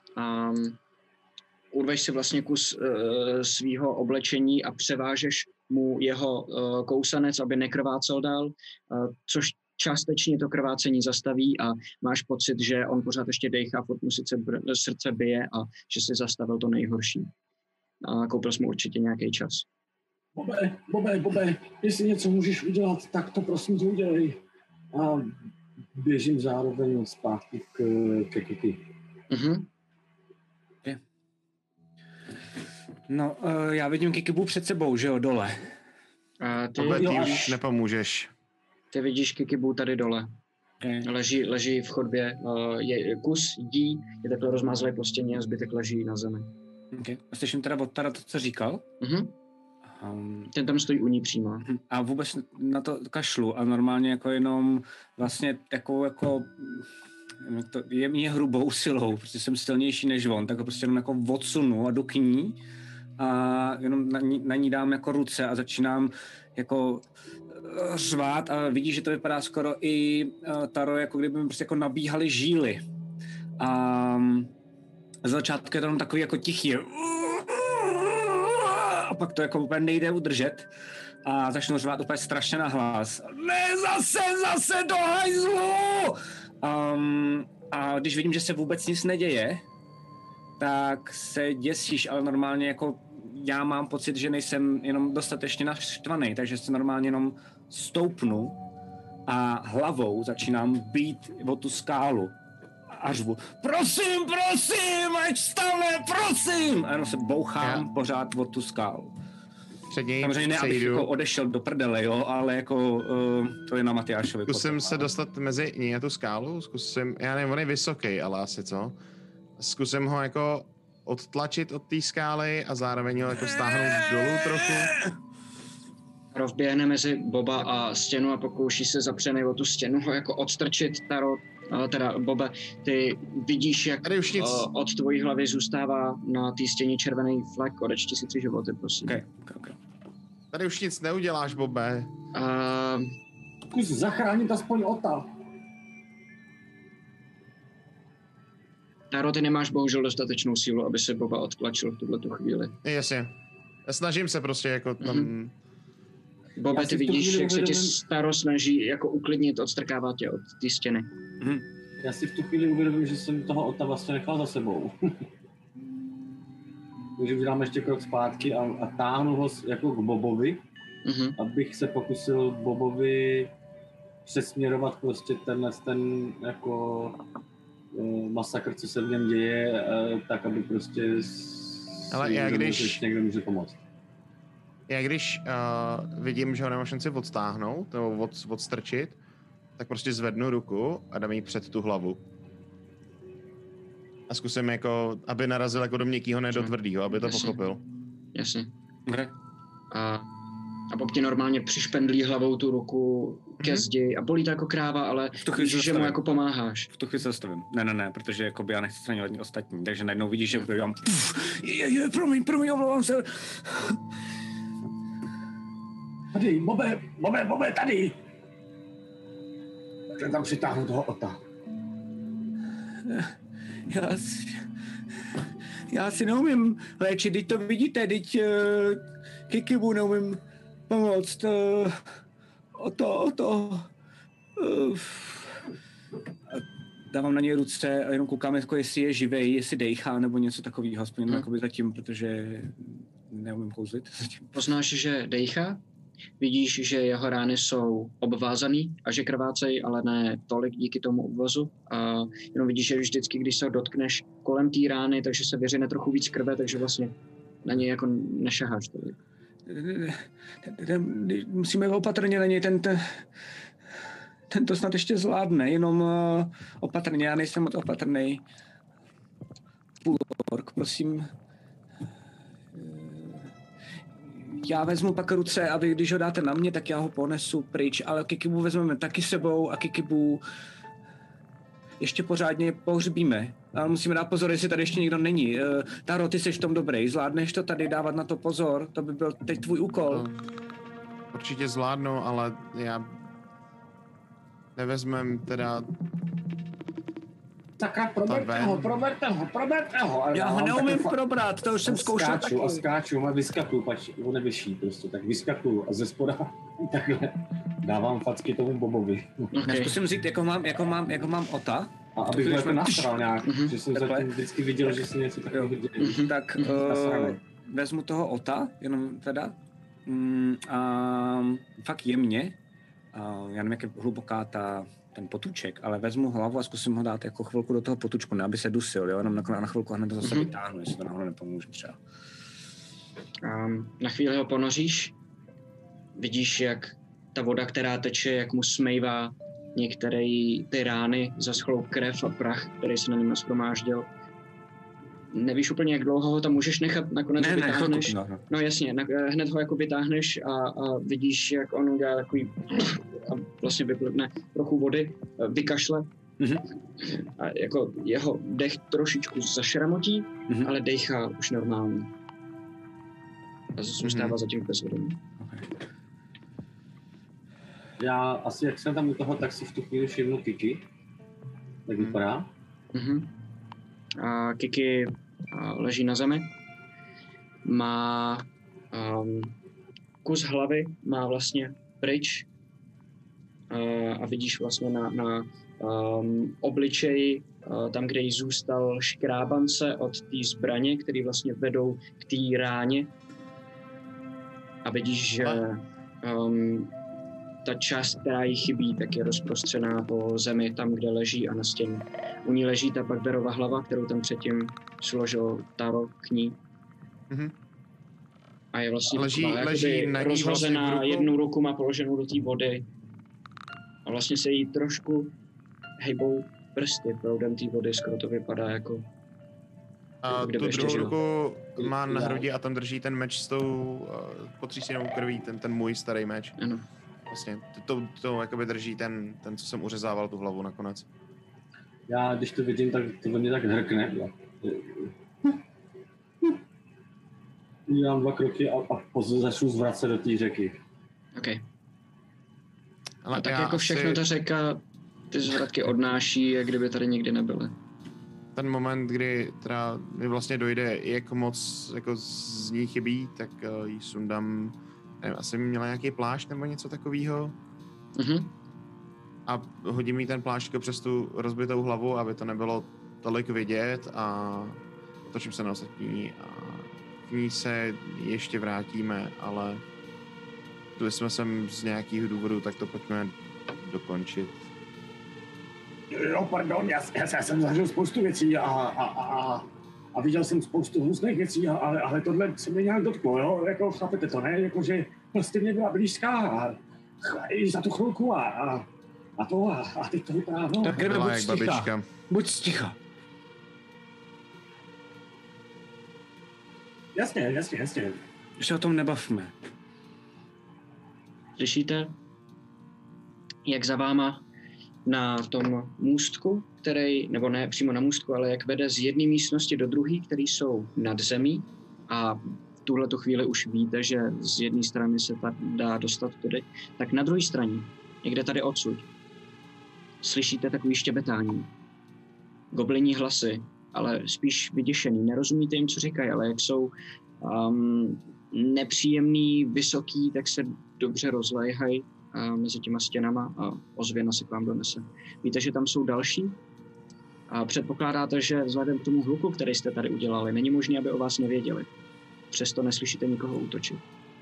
Um, urveš si vlastně kus uh, svýho oblečení a převážeš mu jeho uh, kousanec, aby nekrvácel dál, uh, což částečně to krvácení zastaví a máš pocit, že on pořád ještě dejchá, furt mu sice br- srdce bije a že si zastavil to nejhorší. A koupil jsi mu určitě nějaký čas. Bobe, Bobe, Bobe, jestli něco můžeš udělat, tak to prosím tě udělej. A běžím zároveň zpátky k, ke Kiki. Mhm. No, uh, já vidím Kikibu před sebou, že jo, dole. A ty, Bobe, ty jo, už nepomůžeš. Ty vidíš Kikibu tady dole. Okay. Leží, leží v chodbě, uh, je kus jí, je takhle rozmázlej po stěně a zbytek leží na zemi. Okay. Slyším teda od Tara to, co říkal. Mhm. Um, Ten tam stojí u ní přímo. A vůbec na to kašlu a normálně jako jenom vlastně takovou jako to jemně hrubou silou, protože jsem silnější než on, tak ho prostě jenom jako odsunu a jdu k ní a jenom na ní, na ní dám jako ruce a začínám jako řvát a vidíš, že to vypadá skoro i uh, Taro, jako kdyby mi prostě jako nabíhaly žíly. A z začátku je to jenom takový jako tichý a pak to jako úplně nejde udržet a začnu řvát úplně strašně nahlas. Ne, zase, zase do hajzlu! Um, a když vidím, že se vůbec nic neděje, tak se děsíš, ale normálně jako já mám pocit, že nejsem jenom dostatečně naštvaný, takže se normálně jenom stoupnu a hlavou začínám být o tu skálu. A řvu, prosím, prosím, ať stane, prosím! A jenom se bouchám já. pořád od tu skálu. Před něj samozřejmě ne, abych jako odešel do prdele, jo, ale jako uh, to je na Matyášovi. Zkusím potom, se ale... dostat mezi ní a tu skálu, zkusím, já nevím, on je vysoký, ale asi co? Zkusím ho jako odtlačit od té skály a zároveň ho jako stáhnout dolů trochu. Taro vběhne mezi Boba a stěnu a pokouší se zapřenej o tu stěnu ho jako odstrčit. Taro, teda Bobe, ty vidíš, jak od tvojí hlavy zůstává na té stěně červený flek. Odečti si tři životy, prosím. Okay, okay, okay. Tady už nic neuděláš, Bobe. Uh, Kus zachránit aspoň Ota. Taro, ty nemáš bohužel dostatečnou sílu, aby se Boba odtlačil v tuhletu chvíli. Jasně. Já snažím se prostě jako tam... Mm-hmm. Bobe, ty vidíš, jak se ti Taro snaží jako uklidnit, odstrkávat tě od té stěny. Mm-hmm. Já si v tu chvíli uvědomím, že jsem toho Ota vlastně nechal za sebou. Takže udělám ještě krok zpátky a, a táhnu ho jako k Bobovi, mm-hmm. abych se pokusil Bobovi přesměrovat prostě tenhle ten jako uh, masakr, co se v něm děje, uh, tak, aby prostě ale já když někdo může pomoct. Já když uh, vidím, že ho nemám šanci odstáhnout nebo od, odstrčit, tak prostě zvednu ruku a dám jí před tu hlavu. A zkusím jako, aby narazil jako do měkkýho, ne do tvrdýho, aby to Jasně. pochopil. Jasně. Okay. A, a Bob ti normálně přišpendlí hlavou tu ruku ke zdi a bolí to jako kráva, ale víš, že mu jako pomáháš. V tu chvíli se zastavím. Ne, ne, ne, protože jakoby já nechci straně ostatní, takže najednou vidíš, že udělám je, je, promiň, promiň, omlouvám se. Tady, Bobe, Bobe, Bobe, tady! Chcem tam přitáhnout toho Ota. Já si, já si neumím léčit, teď to vidíte, teď uh, Kikibu neumím pomoct. Uh, o to, o to. Uh, dávám na něj ruce a jenom koukám, jako jestli je živej, jestli dejchá nebo něco takového, aspoň hmm. jakoby zatím, protože neumím kouzlit. Poznáš, že dejchá? Vidíš, že jeho rány jsou obvázaný a že krvácejí, ale ne tolik díky tomu obvozu. A jenom vidíš, že vždycky, když se ho dotkneš kolem té rány, takže se vyřine trochu víc krve, takže vlastně na něj jako nešaháš tolik. Musíme opatrně na něj, ten, ten, ten to snad ještě zvládne, jenom opatrně, já nejsem moc opatrnej. Půlork, prosím. Já vezmu pak ruce a vy, když ho dáte na mě, tak já ho ponesu pryč, ale Kikibu vezmeme taky sebou a Kikibu ještě pořádně pohřbíme. Ale musíme dát pozor, jestli tady ještě nikdo není. Uh, Taro, ty jsi v tom dobrý, zvládneš to tady dávat na to pozor? To by byl teď tvůj úkol. No, určitě zvládnu, ale já nevezmem teda Tak proberte ho, proberte ho, proberte ho. Já ho neumím fa- probrat, to už jsem zkoušel skáču taky. A skáču a vyskakuju, pač on nevyší prostě, tak vyskakuju a ze spoda takhle dávám facky tomu Bobovi. Okay. Já zkusím říct, jako mám, jako mám, jako mám ota. A abych ho jako nasral nějak, mm-hmm. že jsem zatím vždycky viděl, že si něco takového dělá. Mm-hmm. Tak uh, vezmu toho ota, jenom teda, mm, a fakt jemně, a já nevím, jak je hluboká ta, ten potůček, ale vezmu hlavu a zkusím ho dát jako chvilku do toho potůčku, ne aby se dusil, jo, jenom na, na chvilku a hned zase mm-hmm. vytáhnu, jestli to náhodou nepomůže třeba. Um, na chvíli ho ponoříš, vidíš, jak ta voda, která teče, jak mu smejvá některé ty rány, zaschlou krev a prach, který se na něm nashromáždil. Nevíš úplně, jak dlouho ho tam můžeš nechat, nakonec ne, ho vytáhneš. Ne, no, no jasně, na, hned ho jako vytáhneš a, a vidíš, jak on udělá takový a vlastně vyplivne trochu vody, vykašle. Mm-hmm. A jako jeho dech trošičku zašramotí, mm-hmm. ale dejchá už normálně. A zůstává mm-hmm. zatím bezvědomý. Okay. Já asi, jak jsem tam u toho, tak si v tu chvíli všimnu Kiki. Tak vypadá. Mm-hmm. A Kiki a leží na zemi. Má um, kus hlavy, má vlastně pryč. A, a vidíš vlastně na, na um, obličeji, uh, tam, kde jí zůstal škrábance od té zbraně, které vlastně vedou k té ráně. A vidíš, že um, ta část, která jí chybí, tak je rozprostřená po zemi, tam, kde leží a na stěně. U ní leží ta Bugbearova hlava, kterou tam předtím složil Taro k ní. Mm-hmm. A je vlastně leží, taková, leží na rozhozená, vlastně jednu ruku má položenou do té vody. A vlastně se jí trošku hejbou prsty proudem té vody, skoro to vypadá jako... A tu druhou ruku má na hrudi a tam drží ten meč s tou uh, potřísněnou krví, ten, ten můj starý meč. Ano. Vlastně, to, to, to jakoby drží ten, ten, co jsem uřezával tu hlavu nakonec. Já, když to vidím, tak to ve mě tak hrkne. Dělám dva kroky a, a pozor začnu zvracet do té řeky. OK. Ale a tak jako všechno asi... ta řeka ty zvratky odnáší, jak kdyby tady nikdy nebyly. Ten moment, kdy teda mi vlastně dojde, jak moc jako z ní chybí, tak uh, jí sundám, nevím, asi měla nějaký plášť nebo něco takového. Mhm. A hodím jí ten plášť přes tu rozbitou hlavu, aby to nebylo tolik vidět a otočím se na ostatní a k ní se ještě vrátíme, ale když jsme sem z nějakého důvodu, tak to pojďme dokončit. Jo, pardon, já, já, já jsem zažil spoustu věcí a, a, a, a viděl jsem spoustu hnusných věcí, ale, ale tohle se mě nějak dotklo, jo, jako chápete to, ne, jakože prostě mě byla blízká a, i za tu chvilku a, a, a to a, a teď to vypadá, no. Tak jdeme, buď sticha, buď sticha. Jasně, jasně, jasně. Už se o tom nebavme. Slyšíte, jak za váma na tom můstku, který, nebo ne přímo na můstku, ale jak vede z jedné místnosti do druhé, které jsou nad zemí a v tuhletu chvíli už víte, že z jedné strany se ta dá dostat tudy, tak na druhé straně, někde tady odsud, slyšíte takový štěbetání. Gobliní hlasy, ale spíš vyděšený. Nerozumíte jim, co říkají, ale jak jsou um, nepříjemný, vysoký, tak se dobře rozléhají uh, mezi těma stěnama a ozvěna se k vám donese. Víte, že tam jsou další? A předpokládáte, že vzhledem k tomu hluku, který jste tady udělali, není možné, aby o vás nevěděli. Přesto neslyšíte nikoho útočit.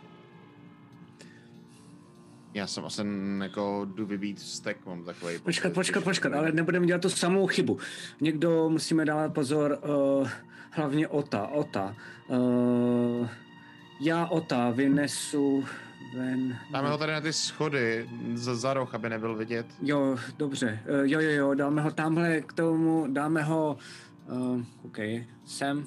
Já jsem asi jako jdu vybít vztek, mám takový... Počkat, počkat, počkat, ale nebudeme dělat tu samou chybu. Někdo musíme dávat pozor, uh, hlavně Ota, Ota. Uh, já Ota vynesu ven... Dáme ho tady na ty schody, za, za roh, aby nebyl vidět. Jo, dobře, uh, jo, jo, jo, dáme ho tamhle k tomu, dáme ho... Uh, OK, sem.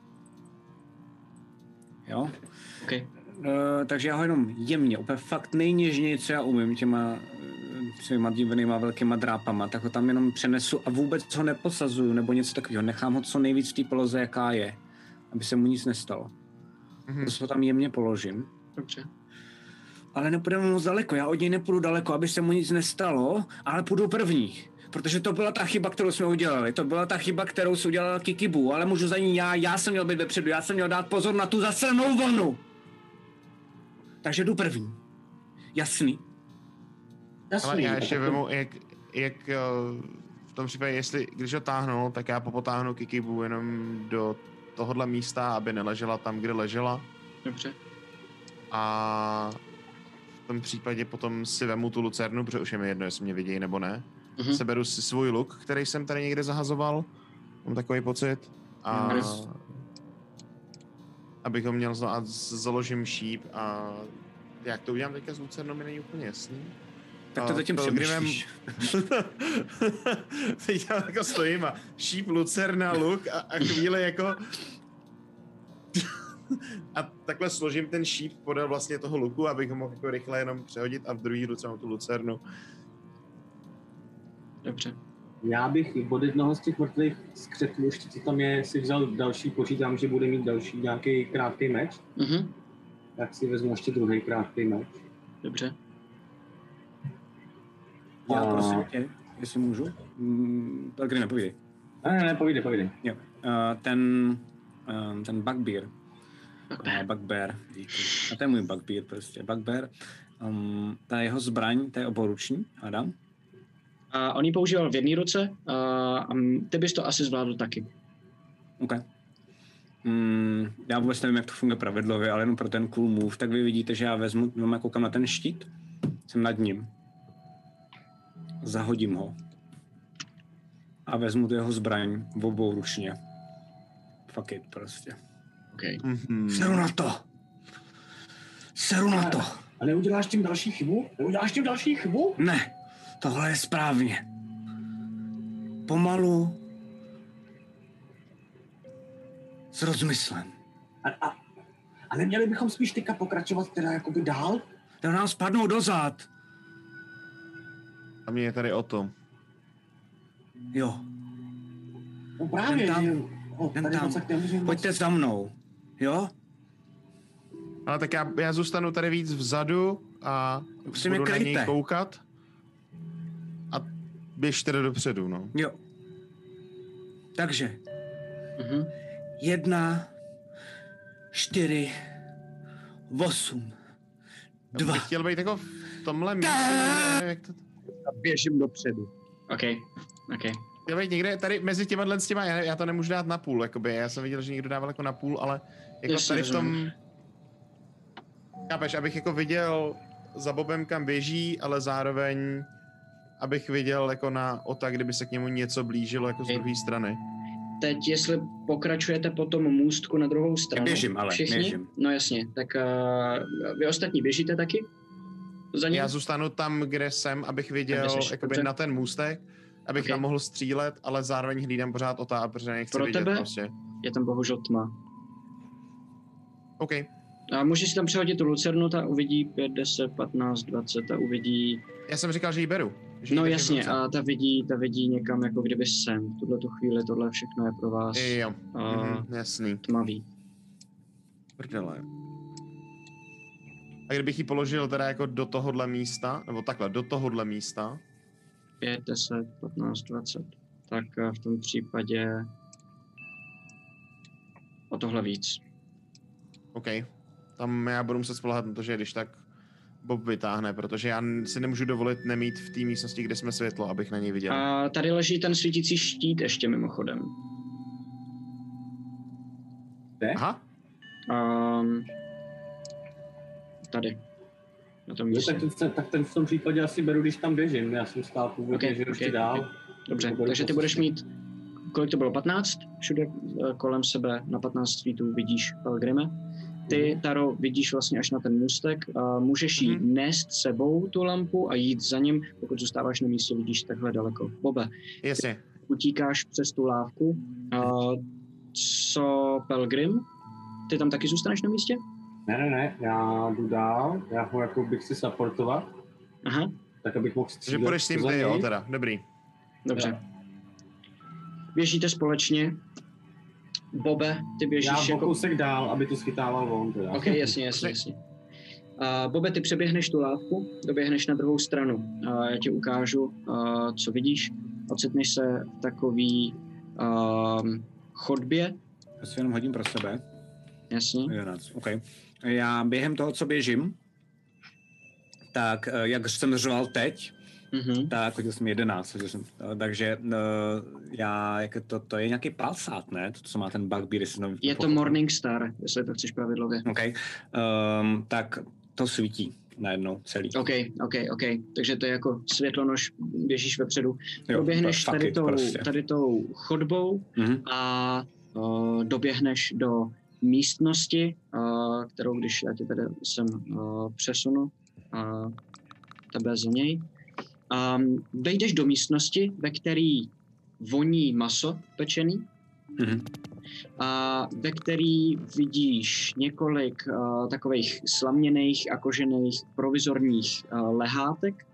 Jo? OK. Uh, takže já ho jenom jemně, úplně fakt nejněžněji, co já umím, těma svýma dívenýma velkýma drápama, tak ho tam jenom přenesu a vůbec ho neposazuju nebo něco takového. Nechám ho co nejvíc v té poloze, jaká je, aby se mu nic nestalo. Mm-hmm. Prostě ho tam jemně položím. Dobře. Ale nepůjdeme moc daleko, já od něj nepůjdu daleko, aby se mu nic nestalo, ale půjdu první. protože to byla ta chyba, kterou jsme udělali. To byla ta chyba, kterou si udělal Kikibu, ale můžu za ní já, já jsem měl být vepředu, já jsem měl dát pozor na tu zasranou vlnu. Takže jdu první. Jasný? Jasný. Ale já ještě vemu, jak, jak v tom případě, jestli, když ho táhnu, tak já popotáhnu Kikibu jenom do tohohle místa, aby neležela tam, kde ležela. Dobře. A v tom případě potom si vemu tu lucernu, protože už je mi jedno, jestli mě vidějí nebo ne. Mm-hmm. Seberu si svůj luk, který jsem tady někde zahazoval. Mám takový pocit. A mm-hmm. abych ho měl a založím šíp a jak to udělám teďka s lucernou, mi není úplně jasný. Tak to zatím přemýšlíš. Teď já jako stojím a šíp, lucerna, luk a, a chvíli jako... a takhle složím ten šíp podél vlastně toho luku, abych ho mohl jako rychle jenom přehodit a v druhý ruce mám tu lucernu. Dobře. Já bych od jednoho z těch mrtvých skřetlů, ještě co tam je, si vzal další, počítám, že bude mít další nějaký krátký meč. Mhm. Tak si vezmu ještě druhý krátký meč. Dobře. Já a... prosím tě, jestli můžu. Mm, Pelgrim, nepovídej. Ne, ne, ne, povídej, povídej. Jo. Uh, ten, um, ten Bugbear. Bugbear. Uh, Bugbear, díky. A to je můj Bugbear prostě. Bugbear. Um, ta jeho zbraň, ta je oboruční, Adam. A on ji používal v jedné ruce a, a ty bys to asi zvládl taky. OK. Mm, já vůbec nevím, jak to funguje pravidlově, ale jenom pro ten cool move, tak vy vidíte, že já vezmu, mám koukám na ten štít, jsem nad ním. Zahodím ho. A vezmu tu jeho zbraň v obou ručně. Fuck it, prostě. Okay. Mm-hmm. Seru na to! Seru na to! A neuděláš tím další chybu? Neuděláš tím další chybu? Ne, tohle je správně. Pomalu. S rozmyslem. A, a, a neměli bychom spíš teďka pokračovat teda jakoby dál? To nám spadnou dozad. A mě je tady o tom. Jo. No právě, tam, že... O, tady tam. Pojďte moc... za mnou, jo? Ale tak já, já zůstanu tady víc vzadu a Musím budu na něj koukat. A běžte dopředu, no. Jo. Takže. Mhm. Jedna, čtyři, osm, dva. Já bych chtěl být jako v tomhle místě, jak to... A běžím dopředu. OK, OK. Chtěl být někde tady mezi těma s těma, já, já to nemůžu dát na půl, jakoby. Já jsem viděl, že někdo dával jako na půl, ale jako Ještě tady v tom... Chápeš, abych jako viděl za Bobem, kam běží, ale zároveň abych viděl jako na Ota, kdyby se k němu něco blížilo jako z druhé strany. Teď, jestli pokračujete po tom můstku na druhou stranu, běžím, ale všichni, běžím. No jasně, tak uh, vy ostatní běžíte taky? Za ním? Já zůstanu tam, kde jsem, abych viděl jakoby na ten můstek, abych okay. tam mohl střílet, ale zároveň hlídám pořád Ota, protože nechci Pro vidět tebe prostě. Je tam bohužel tma. OK. A můžeš si tam přehodit tu lucernu, ta uvidí pět, deset, patnáct, dvacet, ta uvidí... Já jsem říkal, že ji beru. Že no jasně, a ta vidí, ta vidí někam, jako kdyby sem. Tuhle tu chvíli, tohle všechno je pro vás jo. A, mm-hmm, jasný. Tmavý. Prdele. A kdybych ji položil teda jako do tohohle místa, nebo takhle, do tohohle místa? pět, deset, patnáct, dvacet. Tak v tom případě o tohle víc. OK. Tam já budu muset spolehat na to, že když tak Bob vytáhne, protože já si nemůžu dovolit nemít v té místnosti, kde jsme světlo, abych na něj viděl. A tady leží ten svítící štít ještě mimochodem. Kde? Aha. Um, tady. Na tom místě. No, tak, ten, tak ten v tom případě asi beru, když tam běžím. Já jsem stál původně, okay, že ještě okay, dál. Okay. Dobře, takže ty budeš mít, kolik to bylo, patnáct? Všude kolem sebe na patnáct světů vidíš Pelgrime. Ty, Taro, vidíš vlastně až na ten můstek. A můžeš jít hmm. nést sebou tu lampu a jít za ním, pokud zůstáváš na místě, vidíš takhle daleko. Bobe, Jasně. utíkáš přes tu lávku. A co Pelgrim? Ty tam taky zůstaneš na místě? Ne, ne, ne, já jdu dál, já ho jako bych si supportovat. Aha. Tak abych mohl střílet. Takže půjdeš s tím ty, jo, teda, dobrý. Dobře. Já. Běžíte společně. Bobe, ty běžíš já jako... Já kousek dál, aby to schytával on teda. Ok, jasně, jasně, jasně. Uh, Bobe, ty přeběhneš tu lávku, doběhneš na druhou stranu. Uh, já ti ukážu, uh, co vidíš. ocitneš se v takový um, chodbě. Já si jenom hodím pro sebe. Jasně. jedenáct, OK. Já během toho, co běžím, tak jak jsem řval teď, mm-hmm. tak hodil jsem jedenáct. Hodil jsem, takže uh, já, jak to, to je nějaký palsát, ne? To, co má ten bugbear. Jsem je to Morning Star, jestli to chceš pravidlově. OK. Um, tak to svítí najednou celý. OK, OK, OK. Takže to je jako světlonož, běžíš vepředu. Proběhneš tady, it, tou, prostě. tady tou chodbou mm-hmm. a uh, doběhneš do místnosti, uh, kterou když já tě tady sem uh, přesunu a uh, tebe za něj. Um, vejdeš do místnosti, ve který voní maso pečený mm-hmm. a ve který vidíš několik uh, takových slaměných a kožených provizorních uh, lehátek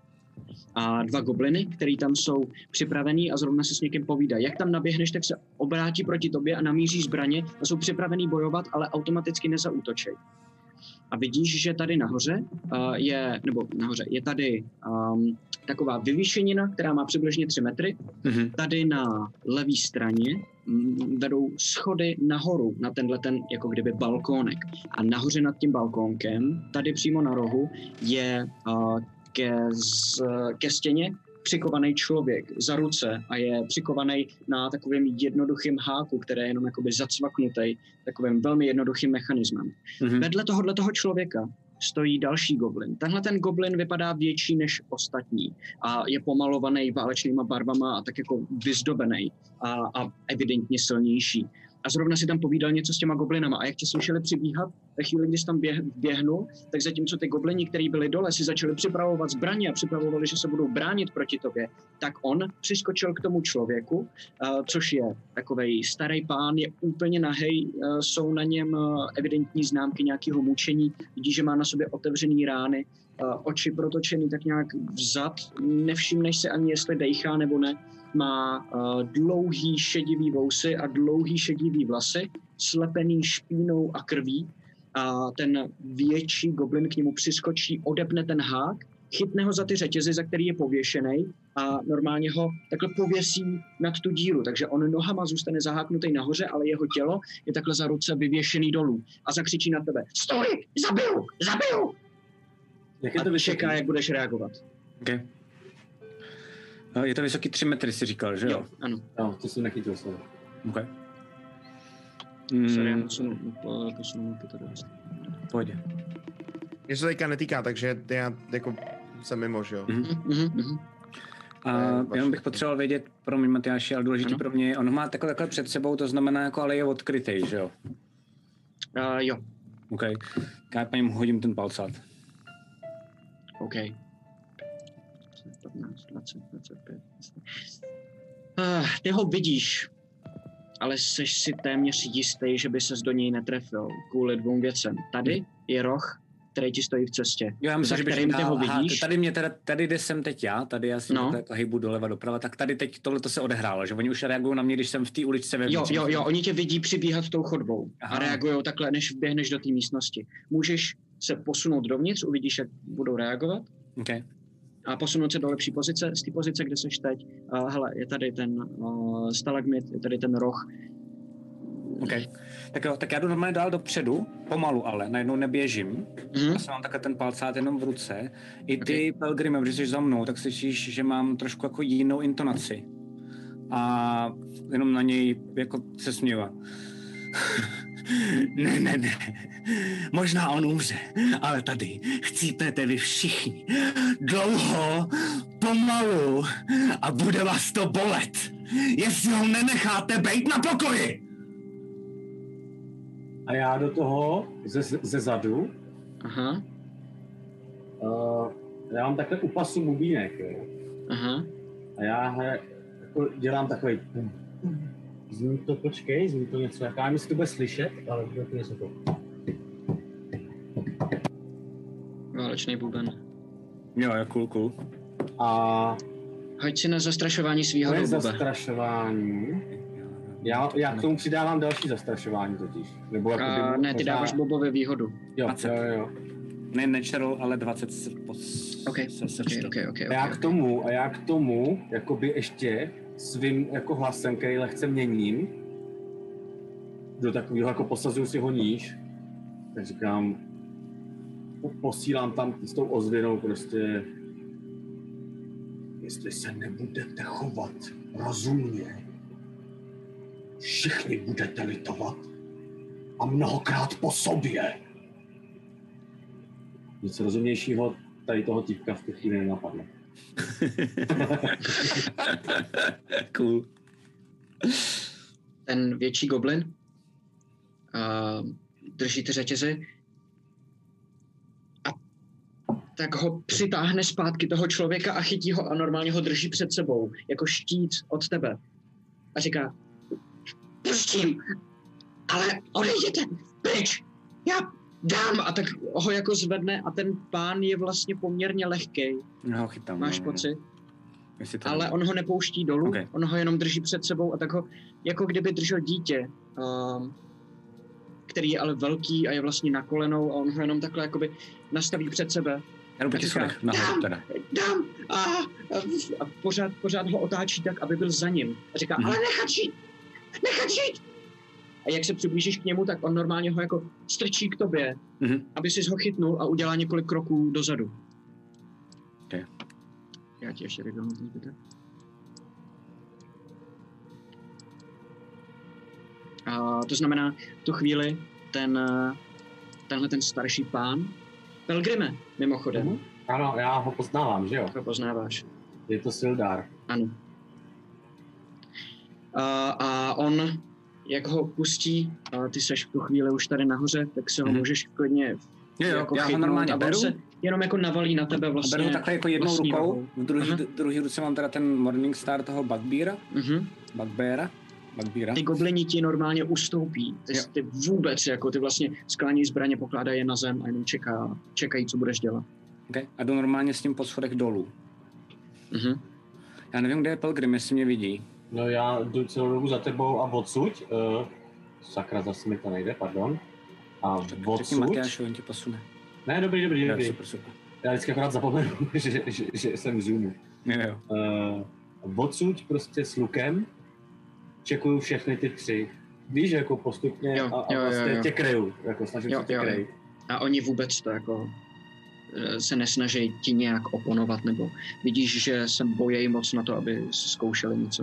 a dva gobliny, který tam jsou připravený a zrovna se s někým povídají. Jak tam naběhneš, tak se obrátí proti tobě a namíří zbraně a jsou připravený bojovat, ale automaticky nezaútočej. A vidíš, že tady nahoře uh, je, nebo nahoře, je tady um, taková vyvýšenina, která má přibližně tři metry. Mm-hmm. Tady na levé straně m, vedou schody nahoru na tenhle ten, jako kdyby balkónek. A nahoře nad tím balkónkem, tady přímo na rohu, je uh, ke, z, ke stěně přikovaný člověk za ruce a je přikovaný na takovém jednoduchém háku, který je jenom jakoby zacvaknutý takovým velmi jednoduchým mechanismem. Mm-hmm. Vedle tohohle toho člověka stojí další goblin. Tenhle ten goblin vypadá větší než ostatní a je pomalovaný válečnýma barvama a tak jako vyzdobený a, a evidentně silnější. A zrovna si tam povídal něco s těma goblinama a jak tě slyšeli přibíhat, ve chvíli, kdy jsi tam běh, běhnul, tak zatímco ty goblini, kteří byli dole, si začali připravovat zbraně a připravovali, že se budou bránit proti tobě, tak on přiskočil k tomu člověku, uh, což je takovej starý pán, je úplně nahej, uh, jsou na něm uh, evidentní známky nějakého mučení, vidíš, že má na sobě otevřený rány, uh, oči protočený tak nějak vzad, nevšimneš se ani, jestli dejchá nebo ne. Má uh, dlouhý šedivý vousy a dlouhý šedivý vlasy, slepený špínou a krví. A ten větší goblin k němu přiskočí, odepne ten hák, chytne ho za ty řetězy, za který je pověšený a normálně ho takhle pověsí nad tu díru. Takže on nohama zůstane zaháknutý nahoře, ale jeho tělo je takhle za ruce vyvěšený dolů. A zakřičí na tebe: Stoj! Zabiju! Zabiju! Jak je to a čeká, jak budeš reagovat. Okay. Je to vysoký tři metry, jsi říkal, že jo? Jo, ano. No, to jsem nechytil slovo. Okay. Mm. Sorry, já musím posunout to. Pojď. Mě se teďka netýká, takže já jako jsem mimo, že jo? Mm-hmm. Mm-hmm. A jenom bych potřeboval vědět, pro mě Matyáši, ale důležitý ano. pro mě, on má takhle, takhle před sebou, to znamená jako, ale je odkrytej, že jo? Uh, jo. OK. Já po něm hodím ten palcát. OK. patnáct, dvacet, dvacet pět. Uh, ty ho vidíš, ale seš si téměř jistý, že by ses do něj netrefil kvůli dvou věcem. Tady je roh, který ti stojí v cestě. Jo, já myslím, že kterým ty ho vidíš. Tady mě teda, tady kde jsem teď já, tady já si no. hejbu doleva doprava, tak tady teď tohle to se odehrálo, že oni už reagují na mě, když jsem v té uličce ve Jo, jo, jo, oni tě vidí přibíhat tou chodbou. Aha. A reagují takhle, než běhneš do té místnosti. Můžeš se posunout dovnitř, uvidíš, jak budou reagovat. Okay. A posunout se do lepší pozice, z té pozice, kde seš teď. Uh, hele, je tady ten uh, stalagmit, je tady ten roh. Okay. Tak jo, tak já jdu normálně dál dopředu, pomalu ale, najednou neběžím. Mm. Já jsem mám takhle ten palcát jenom v ruce. I ty, okay. Pelgrime, když jsi za mnou, tak slyšíš, že mám trošku jako jinou intonaci. A jenom na něj jako se směvá. Ne, ne, ne. Možná on umře, ale tady chcípnete vy všichni. Dlouho, pomalu a bude vás to bolet, jestli ho nenecháte bejt na pokoji. A já do toho ze, ze zadu. Aha. Uh, já mám takhle u pasu bubínek, jo. Aha. A já jako dělám takový. Zní to, počkej, zní to něco, jaká mi to bude slyšet, ale bude to něco to. Válečný buben. Jo, je cool, cool. A... Hoď si na zastrašování svýho buba. zastrašování. Já, já k tomu přidávám další zastrašování totiž. Nebo jako A ne, ty dáváš Bobovi výhodu. Jo, jo, jo. Ne natural, ale dvacet se, okay. se, se okay, okay, okay, a já okay, k tomu, a já k tomu, jakoby ještě svým jako hlasem, který lehce měním, do takového jako posazuju si ho níž, tak říkám, posílám tam s tou ozvěnou prostě, jestli se nebudete chovat rozumně, všichni budete litovat a mnohokrát po sobě. Nic rozumnějšího tady toho týpka v té chvíli nenapadlo. Cool. Ten větší goblin uh, drží ty řetězy a tak ho přitáhne zpátky toho člověka a chytí ho a normálně ho drží před sebou, jako štít od tebe. A říká, pustím, ale odejděte pryč, já dám, a tak ho jako zvedne a ten pán je vlastně poměrně lehkej. Já ho chytám. Máš no, pocit? To ale on ho nepouští dolů, okay. On ho jenom drží před sebou a tak ho, jako kdyby držel dítě, um, který je ale velký a je vlastně na kolenou a on ho jenom takhle jakoby nastaví před sebe. Já jdu po těch schodech, nahoru teda. Dám, a, a, a pořád, pořád ho otáčí tak, aby byl za ním. A říká, mm-hmm. ale nechat žít, nechat žít. A jak se přiblížíš k němu, tak on normálně ho jako strčí k tobě, mm-hmm. aby jsi ho chytnul a udělá několik kroků dozadu. Okay. Já ti ještě vyberu ten zbytek. A to znamená, v tu chvíli ten, tenhle ten starší pán, Pelgrime, mimochodem. Mm-hmm. Ano, já ho poznávám, že jo? To poznáváš. Je to Sildar. Ano. A, a on, jak ho pustí, a ty seš v tu chvíli už tady nahoře, tak se ho mm-hmm. můžeš klidně jo, jo, jako já chytnout, ho normálně beru. Se jenom jako navalí na tebe vlastně. A beru takhle jako jednou vlastně rukou, v druhý, druhý ruce mám teda ten Morning Star toho Bugbeara. Mm-hmm. Bugbeara. Bugbeara. Ty goblini ti normálně ustoupí. Ty, ty vůbec, jako ty vlastně sklání zbraně, pokládají je na zem a jenom čeká, čekají, co budeš dělat. Okay. A jdu normálně s tím po schodech dolů. Mm-hmm. Já nevím, kde je Pelgrim, jestli mě vidí. No já jdu celou dobu za tebou a odsuď. Uh, sakra, zase mi to nejde, pardon. A odsuď. Matyáš, on tě posune. Ne, dobrý, dobrý, dobrý. Super, super. Já vždycky akorát zapomenu, že, že, že jsem v zoomu. Jo, jo. Uh, odsuď prostě s lukem. Čekuju všechny ty tři. Víš, jako postupně jo, a, a jo, vlastně jo, jo. tě kryju. Jako snažím jo, se tě jo, kryjit. A oni vůbec to jako se nesnaží ti nějak oponovat, nebo vidíš, že se bojejí moc na to, aby zkoušeli něco.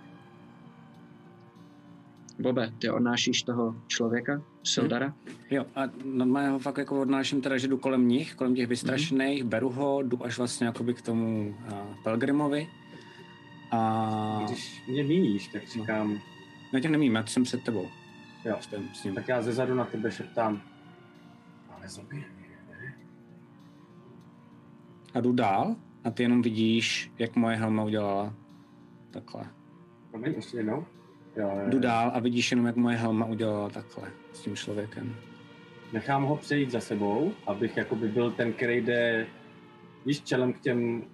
Bobe, ty odnášíš toho člověka, Sildara? Hmm. Jo, a normálně ho fakt jako odnáším teda, že jdu kolem nich, kolem těch vystrašených, hmm. beru ho, jdu až vlastně jakoby k tomu uh, Pelgrimovi. A... Když mě míníš, tak říkám... No tě nemím, já jsem před tebou. Jo, s ním. Tak já zezadu na tebe šeptám. Ale zabij mě, ne? A jdu dál a ty jenom vidíš, jak moje helma udělala takhle. Promiň, ještě jednou? Jo, jo, jo. Jdu dál a vidíš jenom, jak moje helma udělala takhle s tím člověkem. Nechám ho přejít za sebou, abych jakoby byl ten, který jde, víš, čelem k těm,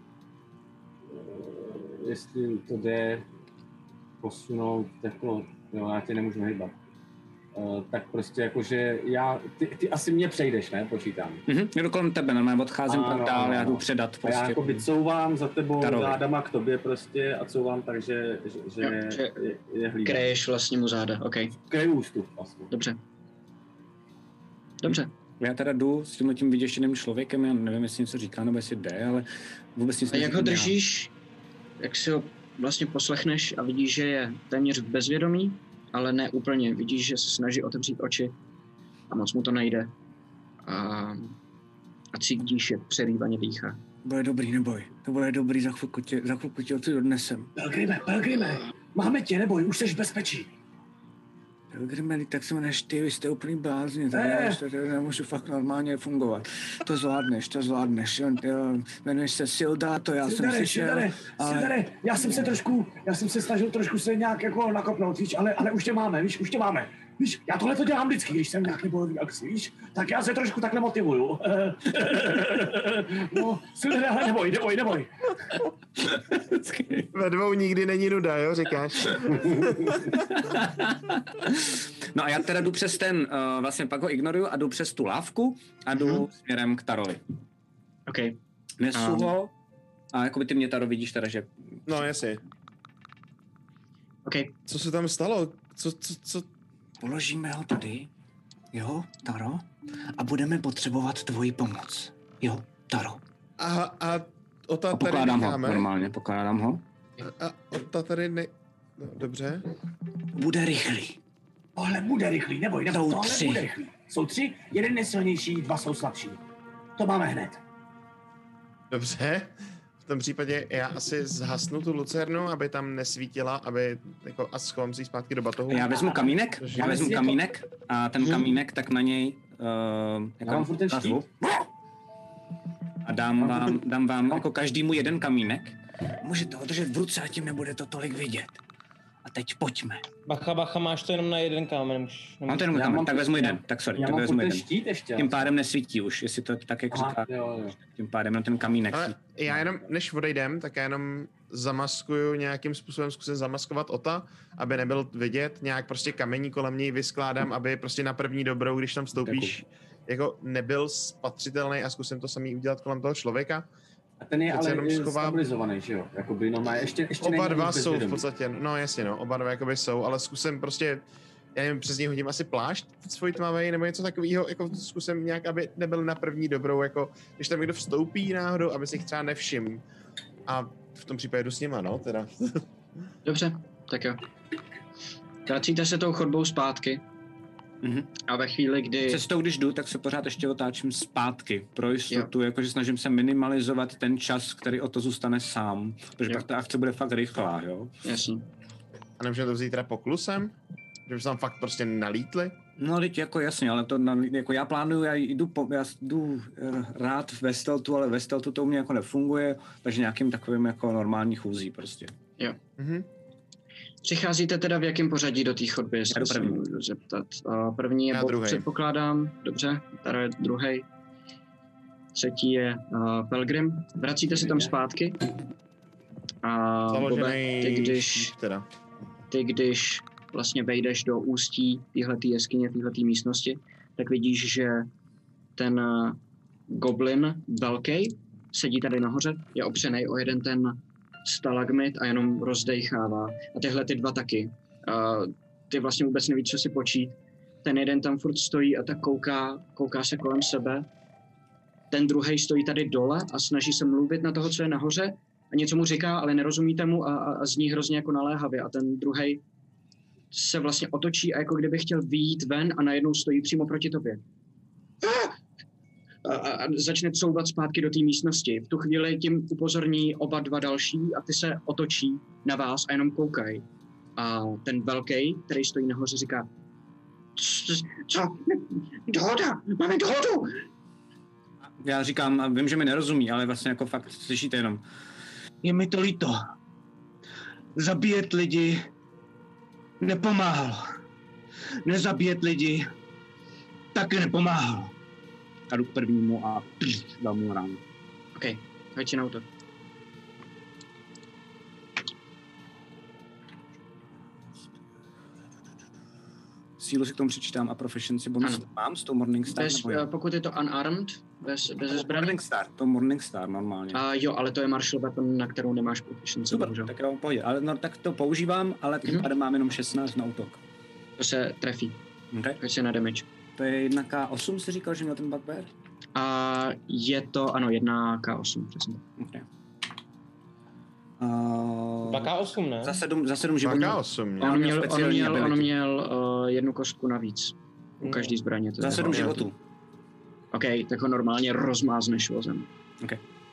jestli to jde posunout, takhle, jo, já tě nemůžu hejbat. Uh, tak prostě jakože já, ty, ty asi mě přejdeš, ne? Počítám. Mhm, jdu kolem tebe, normálně odcházím ano, dál, ano, já jdu předat prostě. A já jakoby couvám za tebou Tarovi. zádama k tobě prostě a couvám tak, že, že, jo, že je, je hlídám. Kreješ vlastně mu záda, ok. Kreju ústup vlastně. Dobře. Dobře. Já teda jdu s tímhle tím vyděšeným člověkem, já nevím, jestli něco říká, nebo jestli jde, ale vůbec nic neříkám. A jak ho držíš, já. jak si ho vlastně poslechneš a vidíš, že je téměř v bezvědomí, ale ne úplně. Vidíš, že se snaží otevřít oči a moc mu to nejde. A, a cítíš, jak přerývaně dýchá. Bude dobrý, neboj. To bude dobrý, za chvilku tě, za chvilku tě odsud odnesem. Pelgrime, Pelgrime, máme tě, neboj, už jsi v bezpečí. Pelgrime, tak se jmenuješ ty, vy jste úplný blázni, tady já ještě nemůžu fakt normálně fungovat. To zvládneš, to zvládneš. Jmenuješ se Sildar, to já Sildare, jsem slyšel. Sildare, ale... Sildare, já jsem se trošku, já jsem se snažil trošku se nějak jako nakopnout, víš, ale, ale už tě máme, víš, už tě máme. Víš, já tohle to dělám vždycky, když jsem nějaký bojový akci, víš, tak já se trošku takhle motivuju. No, Sildare, ale neboj, neboj, neboj. Ve dvou nikdy není nuda, jo, říkáš? No a já teda jdu přes ten, uh, vlastně pak ho ignoruju a jdu přes tu lávku a jdu mm-hmm. směrem k Tarovi. OK. Nesu um. ho a jakoby ty mě, Taro, vidíš teda, že... No, jasně. Okay. Co se tam stalo? Co, co, co? Položíme ho tady, jo, Taro, a budeme potřebovat tvoji pomoc. Jo, Taro. A, a Ota A tady pokládám necháme? ho, normálně, pokládám ho. A, a Ota tady ne... No, dobře. Bude rychlý. Tohle bude rychlý, neboj, neboj, Jsou tohle tři. bude rychlý. Jsou tři, jeden je silnější, dva jsou slabší. To máme hned. Dobře. V tom případě já asi zhasnu tu lucernu, aby tam nesvítila, aby jako a schovám si ji zpátky do batohu. Já vezmu kamínek, já vezmu si jako- kamínek a ten kamínek tak na něj uh, Já mám furt ten nazvu. štít. A dám vám, dám vám jako každému jeden kamínek. Můžete ho držet v ruce a tím nebude to tolik vidět. A teď pojďme. Bacha, bacha, máš to jenom na jeden kámen. Nemůžeš, Mám to jenom Já kamen, mám tak furt- vezmu jeden, tak sorry, Já tak mám vezmu furt ten jeden. štít ještě. Tím pádem nesvítí už, jestli to tak jak Aha, říká, jo, jo. tím pádem na ten kamínek. Ale já jenom, než odejdem, tak já jenom zamaskuju nějakým způsobem, zkusím zamaskovat Ota, aby nebyl vidět, nějak prostě kamení kolem něj vyskládám, aby prostě na první dobrou, když tam vstoupíš, jako nebyl spatřitelný a zkusím to samý udělat kolem toho člověka. A ten je Teď se ale jenom i schovám. stabilizovaný, že jo? Jakoby, no má ještě, ještě Oba není dva nic jsou v bezvědomí. podstatě, no jasně no, oba dva jakoby jsou, ale zkusím prostě, já nevím, přes něj hodím asi plášť svůj tmavej nebo něco takového, jako zkusím nějak, aby nebyl na první dobrou, jako když tam někdo vstoupí náhodou, aby si jich třeba nevšiml. A v tom případě jdu s nima, no, teda. Dobře, tak jo. Vracíte se tou chodbou zpátky Mhm. a ve chvíli, kdy... Cestou, když jdu, tak se pořád ještě otáčím zpátky pro jistotu, jakože snažím se minimalizovat ten čas, který o to zůstane sám, protože Jo. pak ta akce bude fakt rychlá, jo. Jasně. A nemůžeme to vzít teda poklusem? Že bychom tam fakt prostě nalítli? No, teď jako jasně, ale to na, jako já plánuju, já jdu, po, já jdu eh, rád ve stealthu, ale ve stealthu to u mě jako nefunguje, takže nějakým takovým jako normální chůzí prostě. Jo. Mhm. Přicházíte teda v jakém pořadí do té chodby, Já jestli jdu se první. můžu zeptat. A první je Já Bob, druhej. předpokládám. Dobře, tady je druhý. Třetí je uh, Pelgrim. Vracíte se tam zpátky. A Bobe, Založený ty když, šíp teda. ty když vlastně vejdeš do ústí téhleté jeskyně, téhleté místnosti, tak vidíš, že ten uh, goblin velký sedí tady nahoře, je opřený o jeden ten stalagmit a jenom rozdejchává. A tyhle ty dva taky. Uh, ty vlastně vůbec nevíš, co si počít. Ten jeden tam furt stojí a tak kouká, kouká se kolem sebe. Ten druhý stojí tady dole a snaží se mluvit na toho, co je nahoře a něco mu říká, ale nerozumíte mu a, a, a zní hrozně jako naléhavě. A ten druhý se vlastně otočí a jako kdyby chtěl vyjít ven a najednou stojí přímo proti tobě. A, a, a začne couvat zpátky do té místnosti. V tu chvíli tím upozorní oba dva další a ty se otočí na vás a jenom koukají. A ten velký, který stojí nahoře, říká: Co? co? Dohoda! Máme dohodu! Já říkám, a vím, že mi nerozumí, ale vlastně jako fakt slyšíte jenom. Je mi to líto. Zabíjet lidi nepomáhalo. Nezabíjet lidi taky nepomáhalo. A jdu k prvnímu a pff, dal mu ránu. OK, hoď si na útok. Sílu si k tomu přičítám a proficiency bonus Ano. mám s tou Morning Star? Bez, nebo uh, pokud je to unarmed, bez, bez zbraní. Morning Star, to Morning Star normálně. A jo, ale to je martial weapon, na kterou nemáš proficiency. Super, bohužel. tak jo, pohodě. Ale no, tak to používám, ale tím Mhm. pádem mám jenom šestnáct na útok. To se trefí. Okay. Hoď si na damage. To je jedna K osm, si říkal, že měl ten bugbear? A je to, ano, jedna K osm, přesně. Okay. Uh, dva K osm, ne? za sedm, za sedm životů. dva K osm, Já On měl měl, on speciální měl, on ability. měl uh, jednu kostku navíc. U Hmm. každý zbraně. To Za je sedm jeho- životů. OK, tak ho normálně rozmázneš vozem. OK.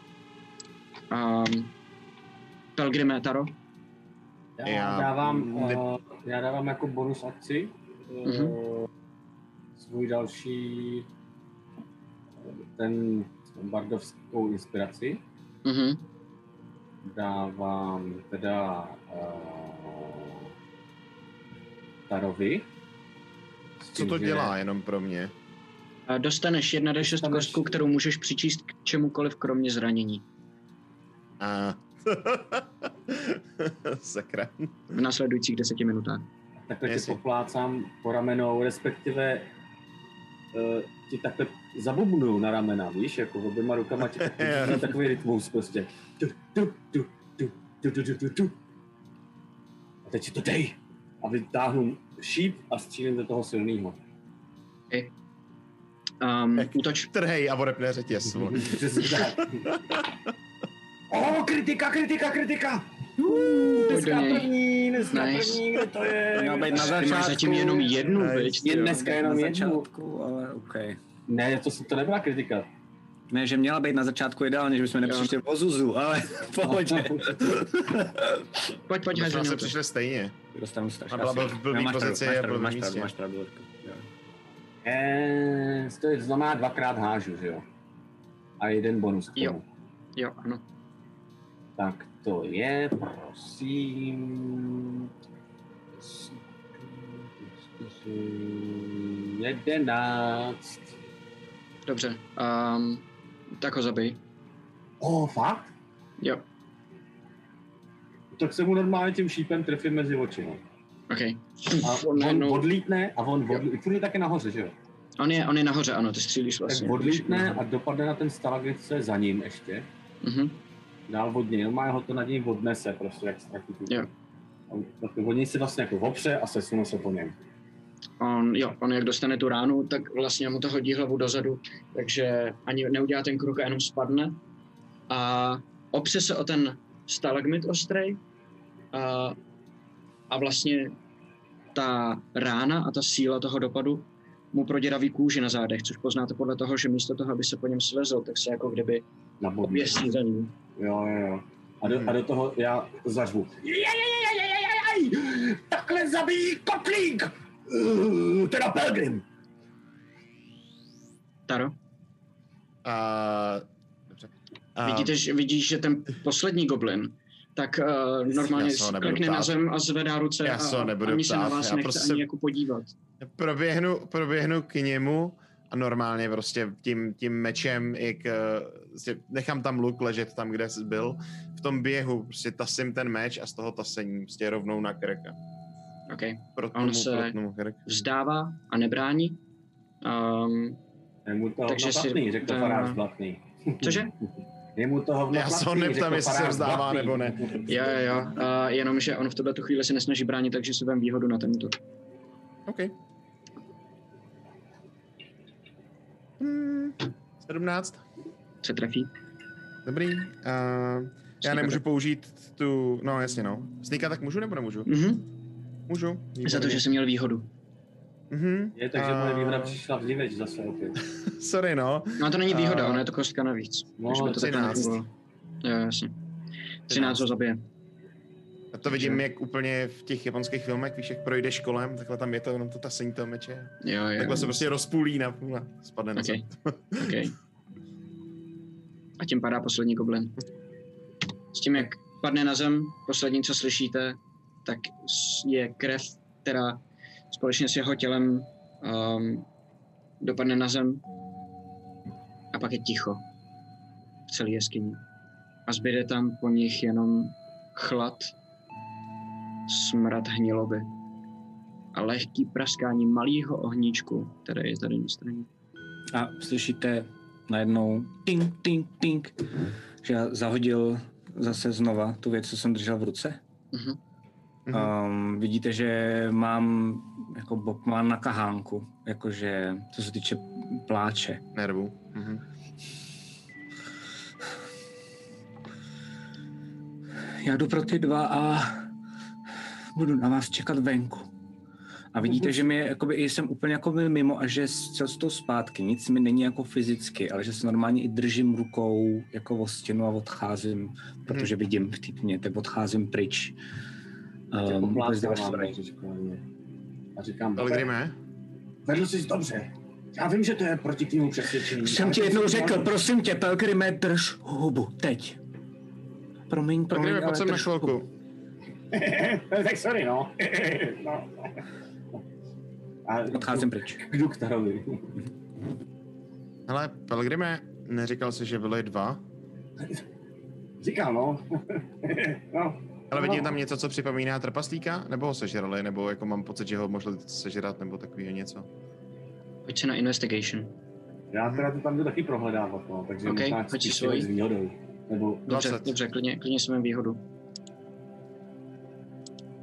Um, Pelgrime, Taro? Já, Já- dávám, ne- uh, já dávám jako bonus akci uh, Mhm. svůj další ten bardovskou inspiraci. Mhm. Dávám teda uh, Tarovi. S Co tím, to že- dělá jenom pro mě? A dostaneš jedna D šest Dostaneš- kostku, kterou můžeš přičíst k čemukoliv, kromě zranění. A... Sakra. V následujících deseti minutách. Takhle tě Jasně. poplácám po ramenou, respektive uh, ti takhle zabubnu na ramena, víš, jako oběma rukama ti na takový rytmus prostě. Tu, tu, tu, tu, tu, tu, tu, tu, tu. A teď si to dej. A vytáhnu šíp a střílím do toho silného. Okay. Um, útoč. Trhej a odepne řetěz. Přesně tak. O, kritika, kritika, kritika! Uh, dneska první, dneska nice. první, kde to je? Měla být na Ty začátku. máš zatím jenom jednu, nice. viď? Je dneska jenom na jednu. začátku, ale OK. Ne, to, to nebyla kritika. Ne, že měla být na začátku ideálně, že bychom nepřišli o Zuzu, ale v pohodě. Pojď, pojď, Možná hej, se přišli stejně. Dostanu strašně. A byla byl v blbý pozici a byl v místě. Máš pravdu, Eee, to je znamená dvakrát hážu, že jo? A jeden bonus k tomu. Jo, jo, ano. Tak to je, prosím... Jedenáct. Dobře, um, tak ho zabij. O, oh, fakt? Jo. Tak se mu normálně tím šípem trefím mezi oči, no. OK. A on najednou... odlítne a on odlítne, furt je taky nahoře, že jo? On je, on je nahoře, ano, ty střílíš vlastně. Tak odlítne a dopadne na ten stalagrit, co je za ním ještě. Mhm. Dál od něj, normálně ho to nad ním odnese, prostě jak strachu. Jo. Tak od něj se vlastně jako opře a sesune se po něm. On, jo, on jak dostane tu ránu, tak vlastně mu to hodí hlavu dozadu, takže ani neudělá ten krok a jenom spadne. A opře se o ten stalagmit ostrej a, a vlastně ta rána a ta síla toho dopadu mu proděraví kůži na zádech, což poznáte podle toho, že místo toho, aby se po něm svezl, tak se jako kdyby oběsí za ním. Jo, jo, jo. A do, a do toho já zařvu. Takhle zabíjí kotlík! Uh, teda Pelgrim. Taro? Uh, dobře. Uh, Vidíte, že, vidíš, že ten poslední goblin tak uh, normálně klekne na zem a zvedá ruce já a ani se na vás já nechce prostě ani jako podívat. Proběhnu, proběhnu k němu a normálně prostě tím, tím mečem, jak prostě nechám tam luk ležet tam, kde jsi byl, v tom běhu prostě tasím ten meč a z toho tasení prostě rovnou na krka. OK. Protnu On mu, se protnu krk. vzdává a nebrání. Um, je mu to hovno platný, řekl to farář platný. Cože? Je mu to hovno Já se ho neptám, jestli se vzdává nebo ne. Jo, jo, jo. Uh, jenomže on v tuhle tu chvíli se nesnaží bránit, takže si vem výhodu na ten útok. OK. Hmm, sedmnáct. Se trefí. Dobrý. Uh, já nemůžu použít tu... No jasně no. Sneaka tak můžu nebo nemůžu? Mhm. Můžu. Výborně. Za to, že jsem měl výhodu. Mhm. Je, takže moje výhoda přišla vždyveč zase opět. Sorry no. No to není výhoda, uh, ona je to kostka navíc. No, to třináct. Jo, jasně. třináct ho zabije. A to vidím, jak úplně v těch japonských filmech, víš, jak projdeš kolem, takhle tam je to jenom to tasení toho meče. Jo, jo. Takhle se prostě rozpůlí na půl a spadne na okay. zem. Okay. A tím padá poslední goblin. S tím, jak padne na zem, poslední, co slyšíte, tak je krev, která společně s jeho tělem um, dopadne na zem a pak je ticho v celé jeskyni. A zbyde tam po nich jenom chlad, smrad hniloby a lehký praskání malého ohníčku, které je tady na straně. A slyšíte najednou ting, ting, ting, že já zahodil zase znova tu věc, co jsem držel v ruce. Uh-huh. Um, vidíte, že mám jako Bobman na kahánku, jakože co se týče pláče. Nervu. Uh-huh. Já jdu pro ty dva a budu na vás čekat venku. A vidíte, že mi jakoby, jsem úplně jakoby mimo a že s cestou zpátky, nic mi není jako fyzicky, ale že se normálně i držím rukou jako o stěnu a odcházím, protože vidím v té tmě, tak odcházím pryč. Um, a říkám, Pelgrime? Vedl jsi dobře. Já vím, že to je proti týmu přesvědčení. Jsem ti jednou řekl, prosím tě, Pelgrime, drž hubu, teď. Promiň, promiň, Pelgrime, ale pojď sem na chvilku. Tak sorry, no. no. A odcházím pryč. Jdu k Tarovi. Hele, Pelgrime, neříkal jsi, že byly dva? Říkal, no. no. Ale vidím tam něco, co připomíná trpaslíka? Nebo ho sežrali? Nebo jako mám pocit, že ho mohli sežrat, nebo takového něco? Pojď se na investigation. Já teda to tam jdu taky prohledávat, no, takže okay, možná spíš s výhodou. Nebo dobře, dobře, klidně, klidně si mám výhodu.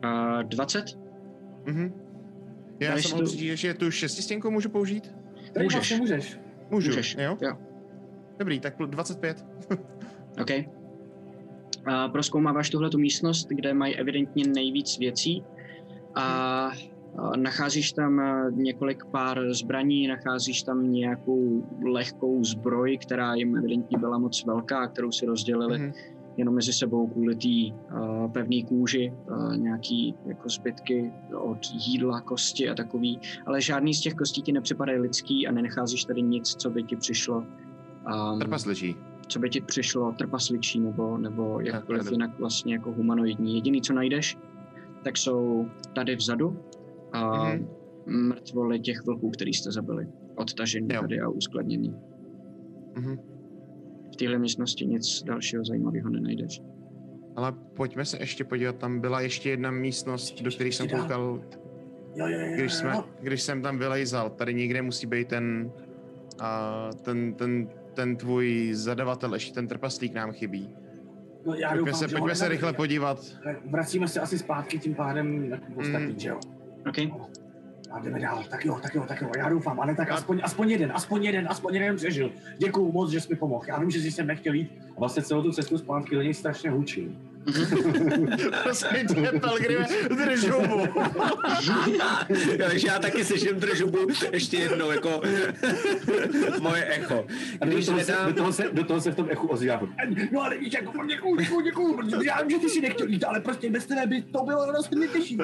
Uh, dvacet? Mhm. Já Dáš jsem tu- určitě, že tu šestistěnku můžu použít? Tak Můžeš. vlastně můžeš. Můžu, Můžeš, jo? jo. Dobrý, tak dvacet pět. OK. A prozkoumáváš tuhle tu místnost, kde mají evidentně nejvíc věcí a, a nacházíš tam a, několik pár zbraní, nacházíš tam nějakou lehkou zbroj, která jim evidentně byla moc velká, kterou si rozdělili Mhm. jenom mezi sebou kvůli té pevné kůži, a, nějaký jako zbytky od jídla, kosti a takový, ale žádný z těch kostí ti nepřipadají lidský a nenacházíš tady nic, co by ti přišlo um, Trpasličí. co by ti přišlo trpasličí nebo, nebo jakkoliv tak. jinak vlastně jako humanoidní. Jediný, co najdeš, tak jsou tady vzadu a Mhm. mrtvoly těch vlků, který jste zabili. Odtažený Jo. tady a uskladněný. Mhm. V téhle místnosti nic dalšího zajímavého nenajdeš. Ale pojďme se ještě podívat, tam byla ještě jedna místnost, do které jsem koukal, Jo, jo, jo, když, jsme, jo. když jsem tam vylejzal. Tady někde musí být ten, a ten, ten, ten tvůj zadavatel, ještě ten trpaslík nám chybí. No, já Pojďme doufám, se, že pojďme ho se nenavidí. rychle podívat. Vracíme se asi zpátky tím pádem jako ostatní, Mm. že jo? OK. A jdeme dál, tak jo, tak jo, tak jo, já doufám, ale tak aspoň, aspoň jeden, aspoň jeden, aspoň jeden přežil. Děkuju moc, že jsi mi pomohl. Já vím, že jsi sem nechtěl jít a vlastně celou tu cestu zpátky lidi strašně hučím. Prosím tě, Pelgrime, drž hubu. Takže já taky slyším držubu ještě jednou, jako moje echo. A do Když toho, se, nedám... do, toho se, do toho se v tom echu ozývá. No ale víš, jako děkuju, děkuju, děkuju, protože já vím, že ty si nechtěl jít, ale prostě bez tebe by to bylo rozhodně těžší.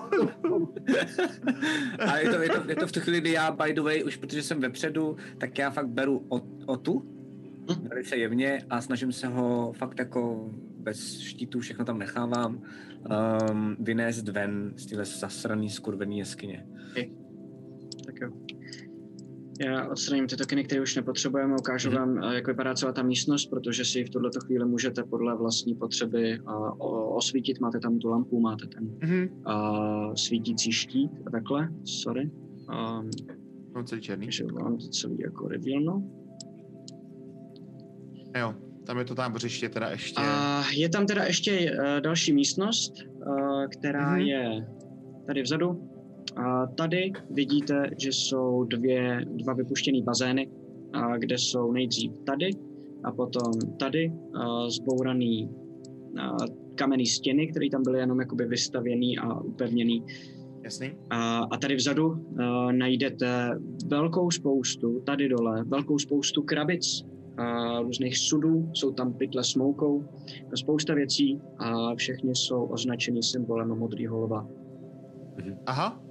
A je to, je, to, je to v tu chvíli, kdy já, by the way, už protože jsem vepředu, tak já fakt beru o, o tu, velice jevně a snažím se ho fakt jako bez štítu, všechno tam nechávám, um, vynést ven z téhle zasraný, skurvený jeskyně. Tak jo. Já odstraním ty tokeny, které už nepotřebujeme, ukážu mm-hmm. vám, jak vypadá celá ta místnost, protože si v tuto chvíli můžete podle vlastní potřeby uh, osvítit. Máte tam tu lampu, máte ten Mm-hmm. uh, svítící štít a takhle. Sorry. Um, No, celý černý. takže vám to celý jako revealno. Jo, tam je to tábořiště teda ještě. A je tam teda ještě uh, další místnost, uh, která Mhm. je tady vzadu. A tady vidíte, že jsou dvě, dva vypuštěné bazény, a kde jsou nejdřív tady a potom tady a zbouraný a kamenný stěny, které tam byly jenom jakoby vystavěný a upevněný. Jasný? A, a tady vzadu a, najdete velkou spoustu, tady dole, velkou spoustu krabic, a různých sudů, jsou tam pytle s moukou, spousta věcí a všechny jsou označeny symbolem modrýho lva. Aha.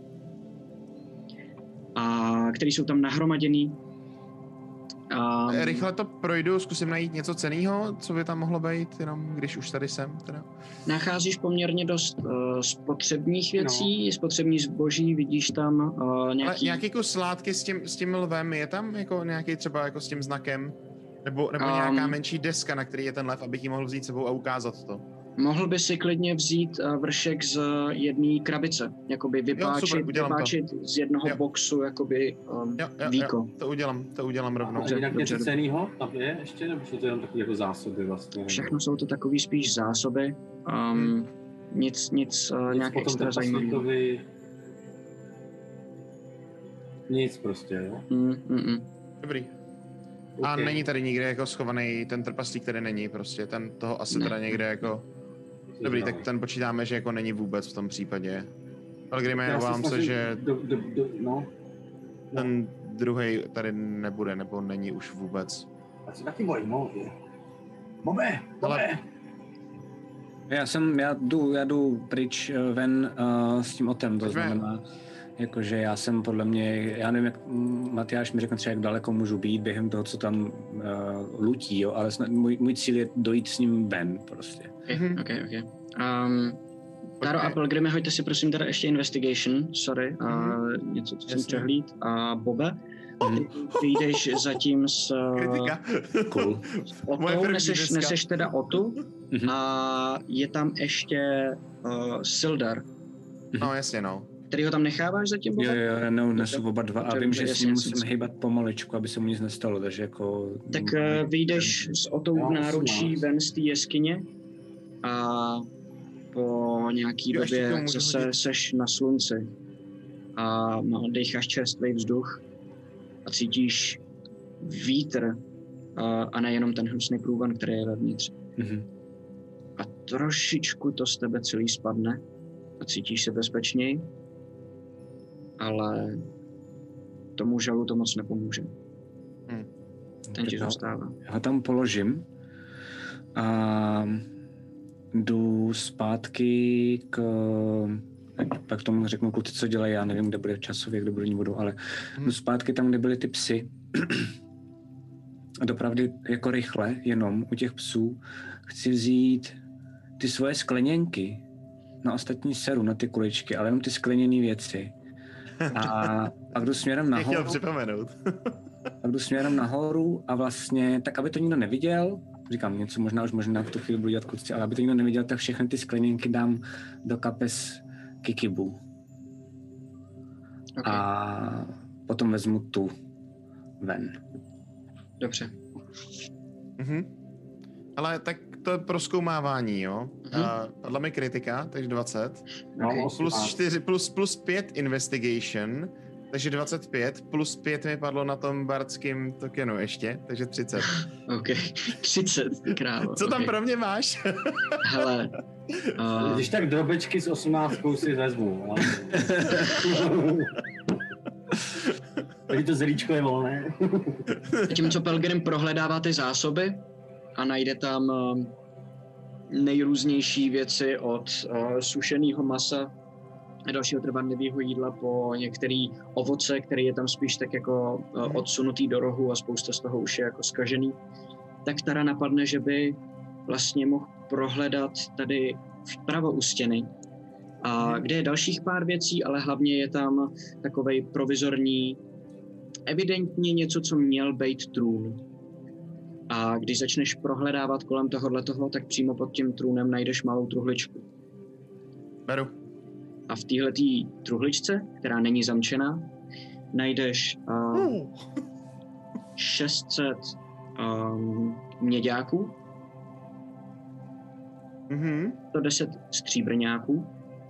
A který jsou tam nahromaděný. A Rychle to projdu, zkusím najít něco cenného, co by tam mohlo být, jenom když už tady jsem. Teda. nacházíš poměrně dost uh, spotřebních věcí, no. spotřební zboží, vidíš tam uh, nějaký... Ale nějaký kus sládky s tím, s tím lvem, je tam jako nějaký třeba jako s tím znakem? Nebo, nebo Um, nějaká menší deska, na který je ten lev, abych ji mohl vzít sebou a ukázat to? Mohl by si klidně vzít uh, vršek z jedné krabice, jakoby vypáčit, super, udělám vypáčit z jednoho Jo. boxu jakoby um, Jo, jo, víko. jo, to udělám, to udělám rovnou. Dobře, A jinak dobře, něco dobře. cenného tam je ještě, nebo jsou to jenom takové jako zásoby vlastně? Všechno jsou to takový spíš zásoby, um, Hmm. nic, nic, uh, Nic nějak potom extra zajímavého. trpaslíkovi- Nic prostě, jo? Mm, mm, mm. Dobrý. A Okay. není tady nikde jako schovaný ten trpaslík, který není prostě, ten toho asi Ne. teda někde jako... Dobrý, tak ten počítáme, že jako není vůbec v tom případě. Pelgrime, Já se obávám se, snažím že Do, do, do, no. ten druhý tady nebude, nebo není už vůbec. A co taky bojím, no? Bobe, Bobe! Ale- Já jsem, já jdu, já jdu pryč eh, ven uh, s tím otem, to Pojďme. znamená, jakože já jsem podle mě, já nevím, jak mm, Matyáš mi řekne třeba, jak daleko můžu být během toho, co tam uh, lutí, jo, ale snad, můj, můj cíl je dojít s ním ven prostě. Okay, Mhm. okay, okay. Um, Taro a Pelgrime, hoďte si prosím teda ještě investigation, sorry, uh, něco, co jsem Jasně. přehlíd. A Bobe, ty vyjdeš zatím s Kritika. Cool. Moje Otou, první neseš, deska. neseš teda Otu Mhm. a je tam ještě uh, Sildar, No jasně, no. který ho tam necháváš zatím, Jo, Bobe? jo, já ne, nesu oba dva a Dobře, vím, že dobře, s ním jasně, musím jasně. hejbat pomaličku, aby se mu nic nestalo, takže jako... Tak uh, vyjdeš s Otou Já v náručí osmnáct. ven z té jeskyně a po nějaký Jo, ještě k tomu době můžu zase hodit. seš na slunci a no, decháš čerstvý vzduch a cítíš vítr a, a nejenom ten hnusný průvan, který je vevnitř. Mm-hmm. A trošičku to z tebe celý spadne a cítíš se bezpečněji, ale tomu žalu to moc nepomůže. Hmm. Ten ti zůstává. Já ho tam položím a jdu zpátky k... Pak tomu řeknu kluci, co dělají, já nevím, kde bude časově, kde bude ní budou, ale Hmm. jdu zpátky tam, kde byly ty psy. A dopravdy jako rychle, jenom u těch psů, chci vzít ty svoje skleněnky, na ostatní seru, na ty kuličky, ale jenom ty skleněné věci. A pak jdu směrem Mě chtěl nahoru. připomenout. Pak jdu směrem nahoru a vlastně, tak aby to nikdo neviděl, říkám něco, možná už možná v tu chvíli budu dělat kluci, ale aby to nikdo neviděl, tak všechny ty skleněnky dám do kapes Kikibu. Okay. A potom vezmu tu ven. Dobře. Mhm. Ale tak to je prozkoumávání, jo? Mhm. A padla mi kritika, takže dvacet. Mám Okay. osmnáct. Plus čtyři, plus, plus pět investigation, takže dvacet pět, plus pět mi padlo na tom bardském tokenu ještě, takže třicet. OK. třicet, ty krávo. Co tam okay. pro mě máš? Hele. Uh, Když tak drobečky s osmnáctkou si vezmu. ale- Takže to zelíčko je volné. Zatímco Pelgrim prohledává ty zásoby a najde tam uh, nejrůznější věci od uh, sušeného masa a dalšího trvanlivého jídla po některé ovoce, který je tam spíš tak jako uh, odsunutý do rohu a spousta z toho už je jako zkažený, tak Tara napadne, že by vlastně mohl prohledat tady vpravo u stěny, a kde je dalších pár věcí, ale hlavně je tam takovej provizorní, evidentně něco, co měl být trůn. A když začneš prohledávat kolem tohohle toho, tak přímo pod tím trůnem najdeš malou truhličku. Beru. A v téhletý truhličce, která není zamčená, najdeš uh, Uh. šest set um, měďáků, Mhm. sto deset stříbrňáků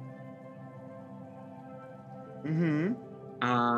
Mhm. a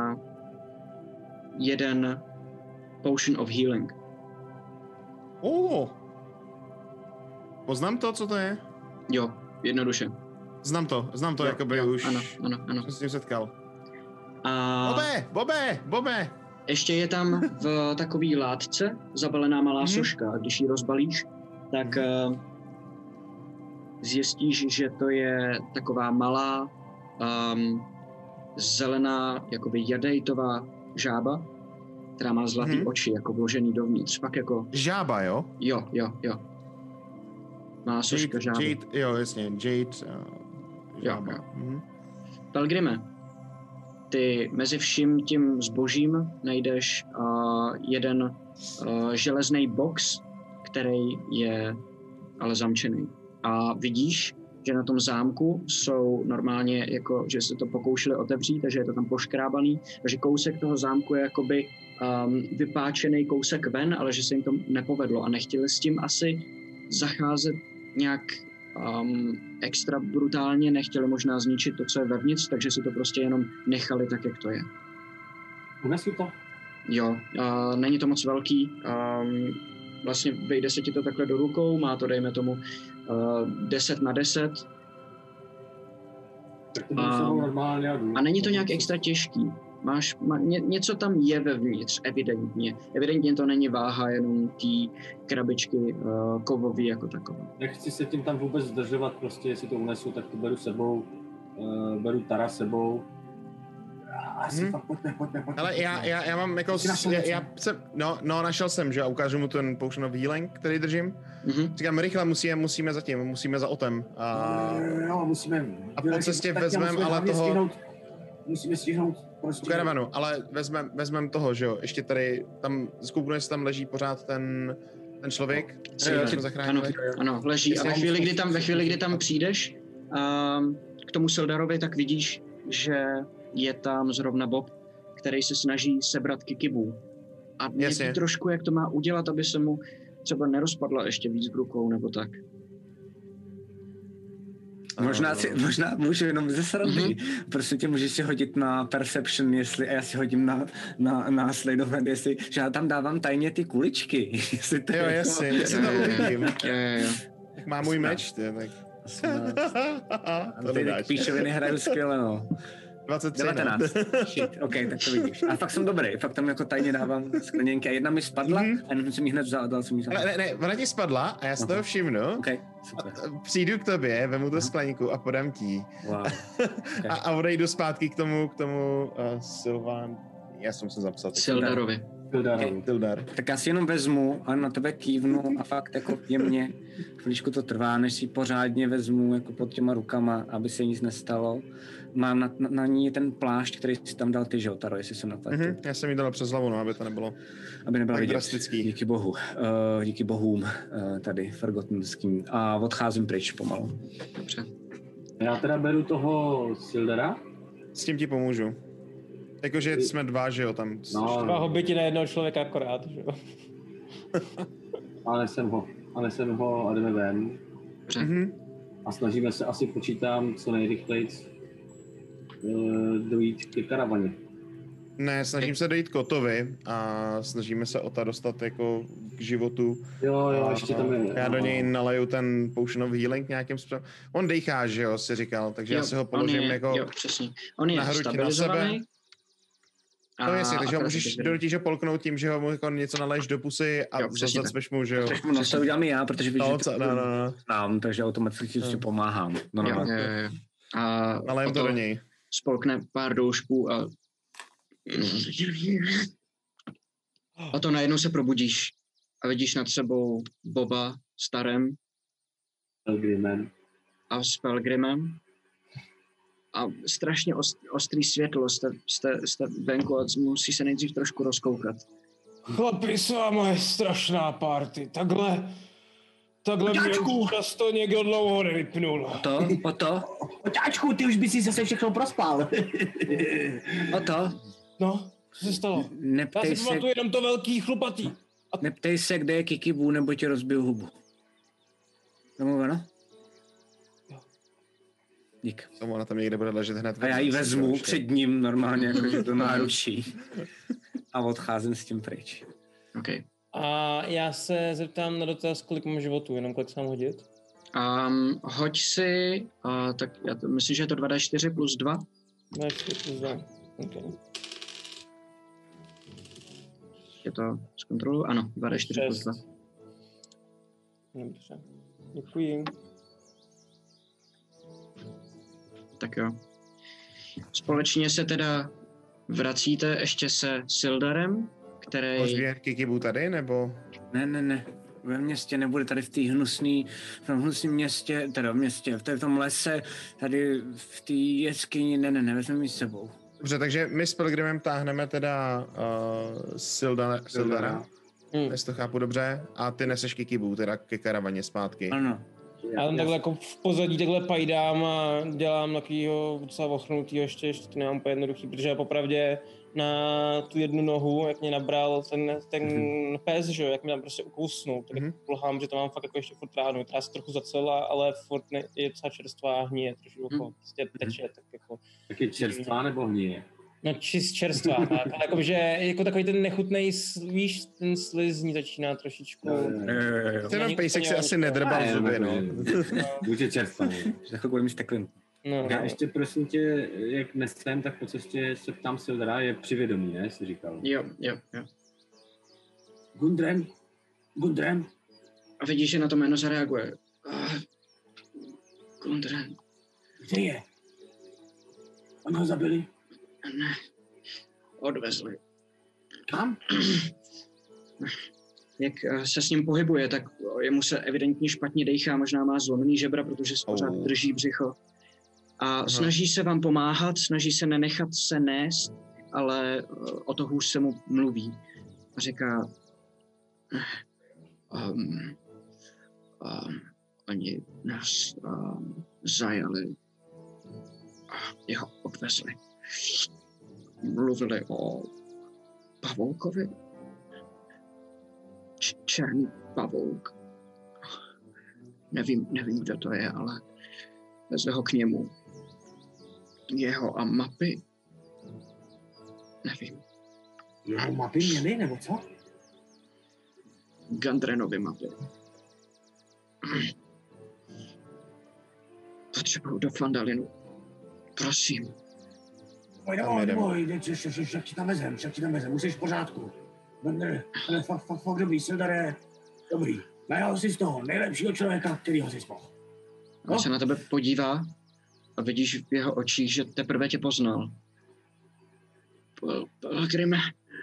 jeden Potion of Healing. Oh. Poznám to, co to je? Jo, jednoduše. Znám to, znám to, Jo, jakoby jo, už ano, ano, ano. jsem s tím setkal. A Bobe, Bobe, Bobe! ještě je tam v takový látce zabalená malá Mhm. soška. A když ji rozbalíš, tak uh, zjistíš, že to je taková malá um, zelená, jakoby jadejtová žába, která má zlatý Mhm. oči, jako vložený dovnitř. Pak jako, Žába, jo? jo, jo, jo. Má soška Jade, žáby. Jade, jo, jasně, Jade, uh, žába. Jo, Mhm. Pelgrime, ty mezi vším tím zbožím najdeš uh, jeden uh, železný box, který je ale zamčený. A vidíš, že na tom zámku jsou normálně, jako, že se to pokoušeli otevřít, takže je to tam poškrábaný, takže kousek toho zámku je jakoby um, vypáčený kousek ven, ale že se jim to nepovedlo a nechtěli s tím asi zacházet nějak um, extra brutálně, nechtěli možná zničit to, co je vevnitř, takže si to prostě jenom nechali tak, jak to je. Unesu to? Jo, uh, není to moc velký, um, vlastně vejde se ti to takhle do rukou, má to dejme tomu uh, deset na deset Tak to A- jsou normálně a jdu. a není to nějak extra těžký. Máš, má, ně, něco tam je vevnitř, evidentně. Evidentně to není váha jenom té krabičky uh, kovový jako takové. Nechci se tím tam vůbec zdržovat, prostě jestli to unesu, tak to beru sebou, uh, beru Tara sebou. Asi Hmm. fakt pojďme, pojďme, pojďme. Ale já, pojďme. já, já mám jako, Jsi našel já, něco? já jsem, no, no, našel jsem, že a ukážu mu ten Potion of Healing, který držím. Mhm. Říkám, rychle musíme, musíme zatím, musíme za Otem. A Jo, jo, musíme. A po cestě Tak vezmem, musíme ale hlavně toho- Stihnout, musíme stihnout prostě. u karavanu, ale vezmem, vezmem toho, že jo, ještě tady, tam, zkouknu, jestli tam leží pořád ten, ten člověk, který Jo, jsme ano, zachránili. ano, leží. A ve chvíli, kdy tam, ve chvíli, kdy tam přijdeš um, k tomu Sildarovi, tak vidíš, že je tam zrovna Bob, který se snaží sebrat Kikibu. A mě Jasně. ví trošku, jak to má udělat, aby se mu třeba nerozpadla ještě víc v rukou, nebo tak. Možná, si, možná můžu jenom ze srandy. Mm-hmm. Prostě tě můžeš si hodit na Perception, jestli, a já si hodím na, na, na Slade of Hand, jestli, že já tam dávám tajně ty kuličky. Jestli to jo, jasně, já si to uvidím. Jo, jo, jo. Tak má můj meč, ty, tak. Ty tak píčoviny hraju skvěle, no. dvacet tři, devatenáct. Shit, ok, tak to vidíš. A fakt jsem dobrý, fakt tam jako tajně dávám skleněnky a jedna mi spadla mm-hmm. a jenom jsem ji hned vzal a dal jsem ji ne, ne, ne, ona ti spadla a já si toho všimnu. Okay, super. A přijdu k tobě, vemu tu skleníku a podám ti. Wow. Okay. A, a odejdu zpátky k tomu, k tomu uh, Sylvan. Já jsem se zapsal. Sildarovi. Okay. Tildar. Tak já si jenom vezmu a na tebe kývnu a fakt jako jemně, chvíličku to trvá, než si pořádně vezmu jako pod těma rukama, aby se nic nestalo. Mám na, na, na ní ten plášť, který si tam dal ty, že jo, Taro, jestli jsem napletl. Mm-hmm, já jsem jí dal přes hlavu, no, aby to nebylo aby nebylo vidět. Drastický. Díky bohu. Uh, díky bohům uh, tady, Forgottenským. A odcházím pryč pomalu. Dobře. Já teda beru toho Sildara. S tím ti pomůžu. Jakože jsme dva, že jo, tam. No, Dva hobiti na jednoho člověka akorát, že jo. ale jsem ho, ale jsem ho a jdeme ven. Mm-hmm. A snažíme se, asi počítám, co nejrychleji uh, dojít ke karavaně. Ne, snažím se dojít k Otovi a snažíme se Ota dostat jako k životu. Jo, jo, a ještě tam je. Já do něj naleju ten potion of healing nějakým způsobem. On dejchá, že jo, si říkal, takže jo, já si ho položím je, jako jo, přesně. On je na hruď na sebe. A, no jasně, takže a ho můžeš donutit ho polknout tím, že ho mu jako něco naleješ do pusy a zase zacpeš mu, že jo. No to udělám i já, protože víš, no, že to no, no, no. znám, takže automaticky no. si pomáhám. No, no, jo, no. jo, jo. A nalejem to do něj. Spolkne pár doušků a a to najednou se probudíš a vidíš nad sebou Boba s Tarem Pelgrimem. a s Pelgrimem a strašně ost, ostrý světlo, jste, jste, jste venku a musí se nejdřív trošku rozkoukat. Chlapi, s váma je strašná party, takhle, takhle mě často někdo dlouho nevypnul. O to, o to? Oťáčku, ty už by si zase všechno prospal. O to? No, co se stalo? Neptej Já si se, pamatuju jenom to velký chlupatý. A... neptej se, kde je Kikibu, nebo ti rozbiju hubu. Domluveno? Jo. Dík. Tomu ona tam někde bude ležet hned. A já ji vezmu před ním normálně, jakože to náručí. A odcházím s tím pryč. Okay. A já se zeptám na dotaz, kolik mám životů, jenom kolik se mám hodit? Um, hoď si, uh, tak já to, myslím, že je to dva dé čtyři plus dva. dva dé čtyři plus dva, ok. Je to z kontrolu? Ano, dva dé čtyři plus dva. Dobře, děkuji. Tak jo. Společně se teda vracíte ještě se Sildarem, který... Možná Kikibu tady, nebo? Ne, ne, ne. Ve městě nebude, tady v té hnusný, v tom hnusném městě, teda v městě, v tom lese, tady v té jeskyni, ne, ne, ne, vezmeme ji s sebou. Dobře, takže my s Pelgrimem táhneme teda uh, Sildara, Sildara. Hmm. Jestli to chápu dobře, a ty neseš Kikibu, teda ke karavaně zpátky. Ano. Já tam takhle jako v pozadí takhle pajdám a dělám takovýho docela ochrnutýho, ještě, ještě to nemám úplně jednoduchý, protože já popravdě na tu jednu nohu, jak mě nabral ten, ten mm-hmm. pes, že jo, jak mě tam prostě ukousnul, tak mm-hmm. plhám, že to mám fakt jako ještě furt ránu, která se trochu zacela, ale furt ne, je docela čerstvá a hníje, trošku mm-hmm. jako prostě teče, tak jako... Tak je čerstvá nebo hníje? No čist čerstvá, tak, ale jakože jako takový ten nechutnej, víš, ten slizní začíná trošičku... Ten pejsek se asi nedrbal zuby, no. Buďte čerstvá. Za chvilku budeme steklen. No, já ještě prosím tě, jak nesem, tak po cestě se ptám Sildara, je přivědomí, ne, jsi říkal? Jo, jo, jo. Gundren? Gundren? A vidíš, že na to jméno zareaguje. Uh, Gundren. Kde je? Oni ho zabili? Ne, odvezli. Kam? Jak se s ním pohybuje, tak jemu se evidentně špatně dejchá, možná má zlomený žebra, protože se pořád oh. drží břicho. A Aha. snaží se vám pomáhat, snaží se nenechat se nést, ale o to hůř se mu mluví. A říká, um, um, oni nás um, zajali a jeho odvezli. Mluvili o pavoukovi. Č- černý pavouk. Nevím, nevím, kdo to je, ale Vezme ho k němu. Jeho a mapy? Nevím. Jeho mapy měny, nebo co? Gandrenovy mapy. Potřebuju do Fandalinu. Prosím. Pojď, neboj, neboj, však ti tam vezem, však ti tam vezem, musíš v pořádku. Ale fakt, fakt, fakt dobrý, Sildar je dobrý. Najal si z toho nejlepšího člověka, kterýho jsi mohl. On se na tebe podívá a vidíš v jeho očích, že teprve tě poznal. Pelgrime.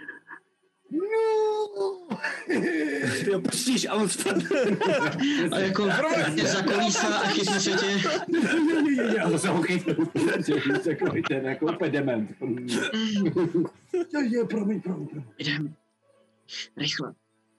No. Ty ho pustíš a on spadne. A jako tě zakolísá a chytne se tě. A zase ho chytne. Takový ten, jako úplně dement. Promiň, promiň, promiň. Jdem. Rychle.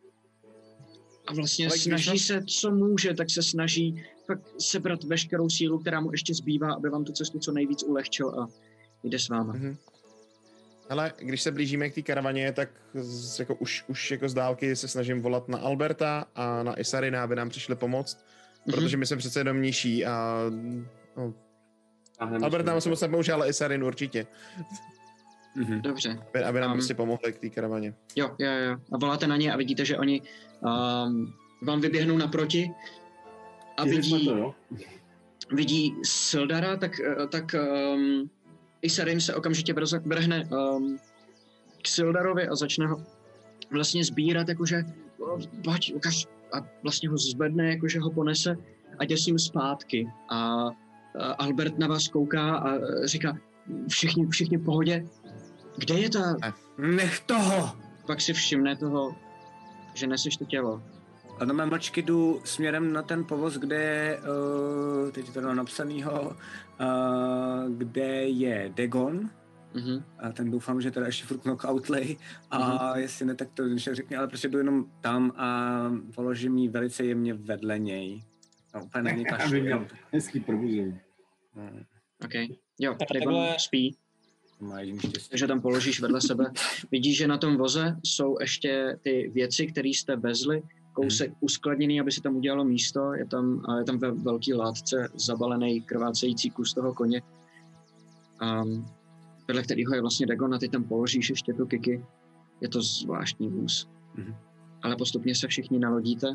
A vlastně ale snaží se, co může, tak se snaží fakt sebrat veškerou sílu, která mu ještě zbývá, aby vám tu cestu co nejvíc ulehčil a jde s váma. Mm-hmm. Hele, když se blížíme k té karavaně, tak z, jako už, už jako z dálky se snažím volat na Alberta a na Isarina, aby nám přišli pomoct, mm-hmm. protože my jsme přece jenom nižší a... No, Albert nám se moc nepomůže, ale Isarin určitě. Mm-hmm. Dobře. Aby, aby nám um, prostě pomohli k té karavaně. Jo, jo, jo. A voláte na ně a vidíte, že oni um, vám vyběhnou naproti a vidí, to, vidí Sildara, tak, tak um, Isarin se okamžitě vrhne um, k Sildarovi a začne ho vlastně sbírat, jakože pojď, ukaž, a vlastně ho zvedne, jakože ho ponese a jde s ním zpátky. A, a Albert na vás kouká a říká, všichni, všichni v pohodě. Kde je ta... Nech toho! Pak si všimne toho, že neseš to tělo. A na mé mlčky jdu směrem na ten povoz, kde je, uh, teď je to napsanýho, uh, kde je Dagon. Mm-hmm. A ten doufám, že teda ještě furt knockout-lej. A mm-hmm. jestli ne, tak to řekni, ale prostě jdu jenom tam a položím jí velice jemně vedle něj. No, úplně na něj kašlu. Hezký probuzení. Hmm. OK. Jo, Dagon spí. Takže tam položíš vedle sebe. Vidíš, že na tom voze jsou ještě ty věci, které jste vezli, kousek hmm. uskladněný, aby se tam udělalo místo. Je tam, je tam ve velký látce zabalený krvácející kus toho koně, um, vedle kterého je vlastně Dagon a ty tam položíš ještě tu Kiki. Je to zvláštní vůz. Hmm. Ale postupně se všichni nalodíte.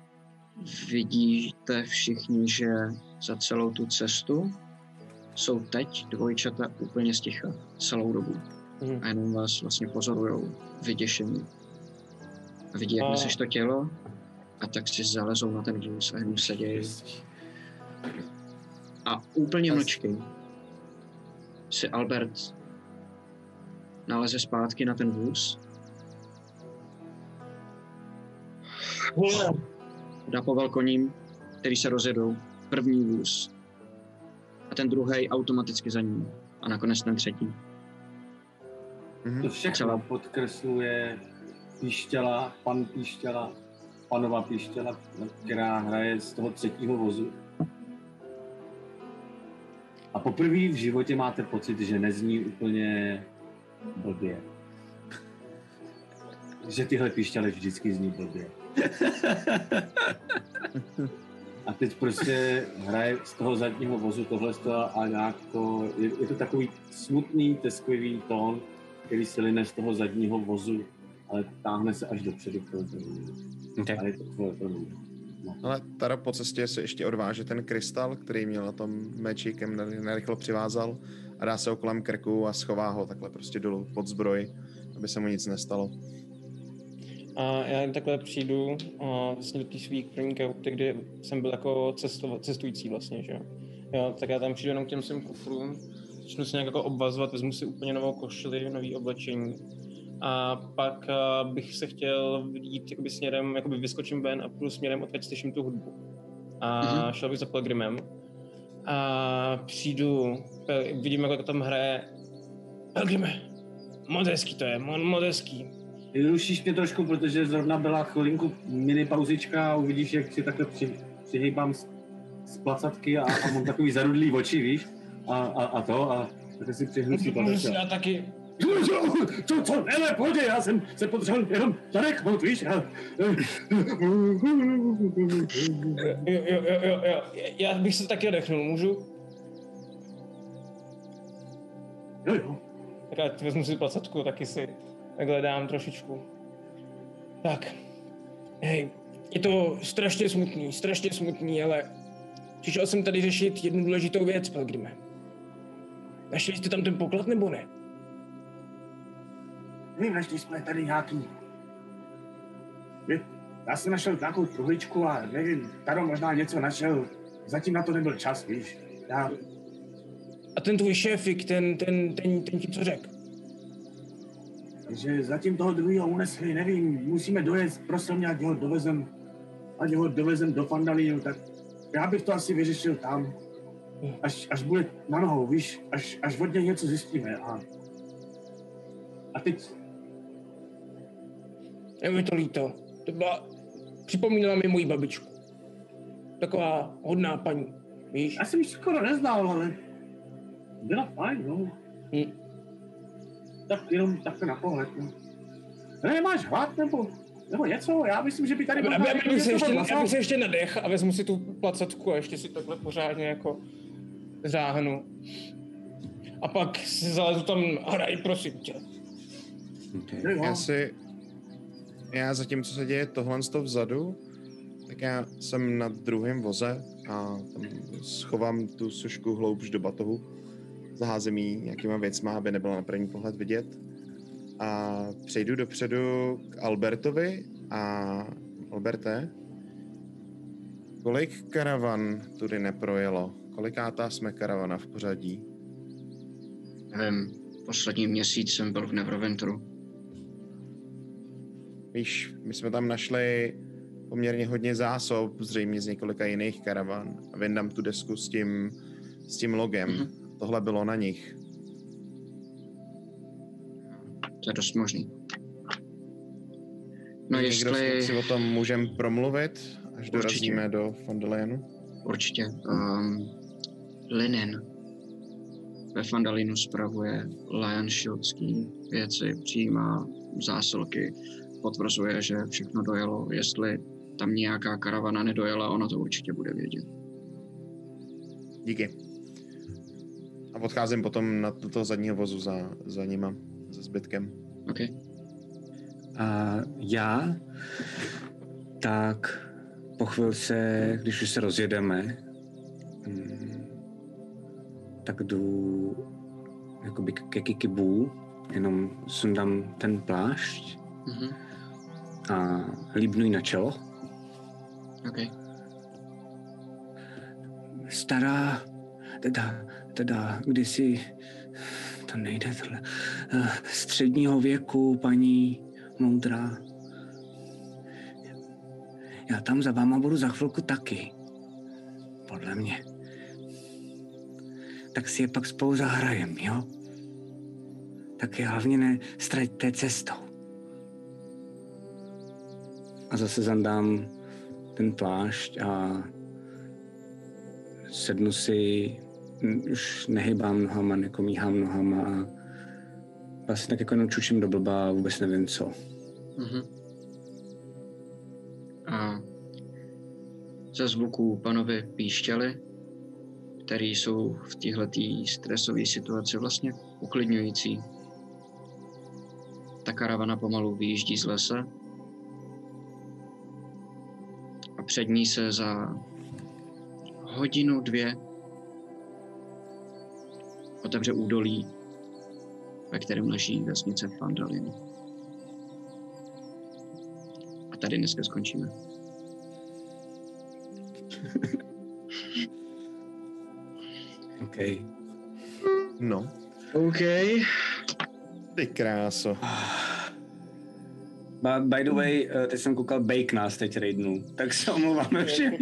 Vidíte všichni, že za celou tu cestu jsou teď dvojčata úplně sticha celou dobu. Mm. A jenom vás vlastně pozorujou vyděšení. A vidí, jak neseš to tělo, a tak si zalezou na ten vůz a jenom sedějí. A úplně mlčky si Albert naleze zpátky na ten vůz. Dá povel koním, který se rozjedou. První vůz. A ten druhý automaticky za ním. A nakonec ten třetí. Mm-hmm. To všechno Celá... podkresluje Píštěla, pan Píštěla, panova Píštěla, která hraje z toho třetího vozu. A poprvé v životě máte pocit, že nezní úplně blbě. Že tyhle Píštěle vždycky zní blbě. A teď prostě hraje z toho zadního vozu tohle a nějak to, je, je to takový smutný, tesklivý tón, který se line z toho zadního vozu, ale táhne se až dopředu. Okay. Ale je to tvoje první. No. Ale Taro po cestě se ještě odváže ten krystal, který měl na tom mečikem narychlo přivázal a dá se ho kolem krku a schová ho takhle prostě dolů pod zbroj, aby se mu nic nestalo. A já jen takhle přijdu a vlastně do té svý první kauty, kdy jsem byl jako cesto, cestující vlastně, že jo. Jo, tak já tam přijdu jenom k těm svým kufrům, začnu se nějak jako obvazovat, vezmu si úplně novou košili, nový oblečení a pak uh, bych se chtěl jít jakoby směrem, jakoby vyskočím ven a půjdu směrem, odkud slyším tu hudbu. A mm-hmm. šel bych za Pelgrimem a přijdu, vidím, jak tam hraje Pelgrime, moc hezký to je, moc hezký. Rušíš mě trošku, protože zrovna byla chvilinku mini pauzička a uvidíš, jak si takhle při, přihýbám z, z placatky a, a mám takový zarudlý oči, víš? A, a, a to, a tak si přihnu si placatky. Já taky. Co, co, ne, ne, pojď, já jsem se potřeboval jenom zanechnout, víš? A... Jo, jo, jo, jo, jo, já bych se taky odechnul, můžu? Jo, jo. Tak vezmu si placatku, taky si takhle dám trošičku. Tak. Hej, je to strašně smutný, strašně smutný, ale přišel jsem tady řešit jednu důležitou věc, Pelgrime. Našli jste tam ten poklad, nebo ne? Nevím, našli jsme tady nějaký... Já jsem našel nějakou truhličku a nevím, Taro možná něco našel. Zatím na to nebyl čas, víš. Já... A ten tvůj šéfik, ten, ten, ten, ten ti co řekl? Takže zatím toho druhého unesli, nevím, musíme dojet, prosím mě, ať ho dovezem, ať ho dovezem do Fandalinu, tak já bych to asi vyřešil tam, až, až bude na nohou, víš, až, až od něj něco zjistíme a... A teď... Je mi to líto, to byla... Připomínala mi moji babičku. Taková hodná paní, víš? Já jsem ji skoro neznal, ale... Byla fajn, no. Hm. Tak jenom takhle na pohled, no. Nemáš hlad, nebo, nebo něco? Já myslím, že by tady možná... Já bych se, ještě, já bych se ještě nadech a vezmu si tu placatku a ještě si takhle pořádně jako záhnu. A pak si zalezu tam, hraj, prosím tě. Okay. Já si... Já zatím, co se děje tohle z toho vzadu, tak já jsem na druhém voze a tam schovám tu sošku hloubš do batohu. Zaházím jí nějakýma věcma, aby nebyla na první pohled vidět. A přejdu dopředu k Albertovi a Alberte, kolik karavan tudy neprojelo? Kolikátá jsme karavana v pořadí? Nevím, poslední měsíc jsem byl v Neverwinteru. Víš, my jsme tam našli poměrně hodně zásob, zřejmě z několika jiných karavan. A vyndám tu desku s tím, s tím logem. Mm-hmm. Tohle bylo na nich. To je dost možný. No Někdo jestli... si o tom můžeme promluvit, až Určitě. dorazíme do Fandalinu? Určitě. Um, Linen ve Fandalinu spravuje Lion Shieldský věci, přijímá zásilky, potvrzuje, že všechno dojelo. Jestli tam nějaká karavana nedojela, ona to určitě bude vědět. Díky. A odcházím potom na toho zadního vozu za, za nima, za zbytkem. OK. A já, tak po chvilce, když už se rozjedeme, tak jdu jakoby ke Kikibu, jenom sundám ten plášť mm-hmm. a líbnu jí na čelo. OK. Stará, teda, teda kdysi, to nejde tohle, středního věku, paní moudrá. Já tam za váma budu za chvilku taky, podle mě. Tak si je pak spolu zahrajem, jo? Tak je hlavně nestraťte cestou. A zase zandám ten plášť a sednu si, už nehybám nohama, nekomíhám nohama a vlastně tak jako jenom čučím do blba a vůbec nevím co. Mm-hmm. A ze zvuků panovi píšťaly, které jsou v téhletý stresové situaci vlastně uklidňující. Ta karavana pomalu vyjíždí z lesa a před ní se za hodinu, dvě otevře údolí, ve kterém leží vesnice Fandalin. A tady dneska skončíme. OK. No. OK. Ty kráso. By, by the way, teď jsem koukal, Bake nás teď raidnul, tak se omlouváme všem.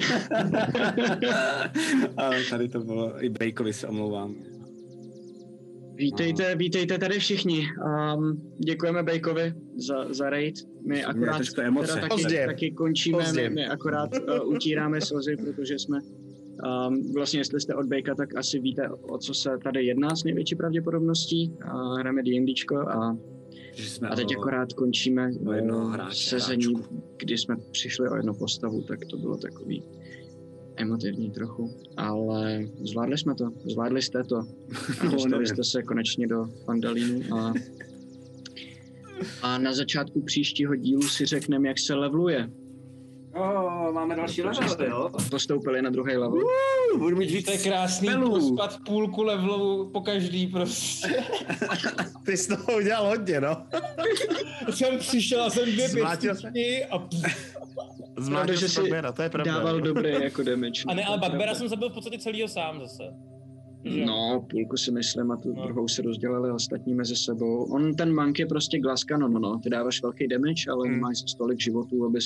Ale tady to bylo, i Bakeovi se omlouvám. Vítejte, vítejte tady všichni. Um, děkujeme Bakeovi za, za raid. My akorát teda taky, taky končíme, my, my akorát uh, utíráme slzy, protože jsme um, vlastně, jestli jste od Bakea, tak asi víte, o co se tady jedná s největší pravděpodobností. Uh, hrajeme DMDčko a, a teď akorát končíme uh, sezení, kdy jsme přišli o jednu postavu, tak to bylo takový emotivní trochu, ale zvládli jsme to, zvládli jste to. A dostali jste se konečně do Fandalínu a, a na začátku příštího dílu si řekneme, jak se leveluje. Oh, máme další level, jo? Postoupili na druhý level. Uh, budu mít víc to je krásný pospat půlku levelu po každý prostě. Ty jsi toho udělal hodně, no. Jsem přišel a jsem dvě pěstí a... Zmlátil jsi Bugbeara, to je pravda. Dával dobrý jako damage. A ne, ale Bugbeara jsem zabil v podstatě celýho sám zase. No, půlku si myslím a tu no. druhou si rozdělili ostatní mezi sebou. On, ten monk je prostě glaska, no, no, no. Ty dáváš velký damage, ale hmm. nemáš tolik životů, abys...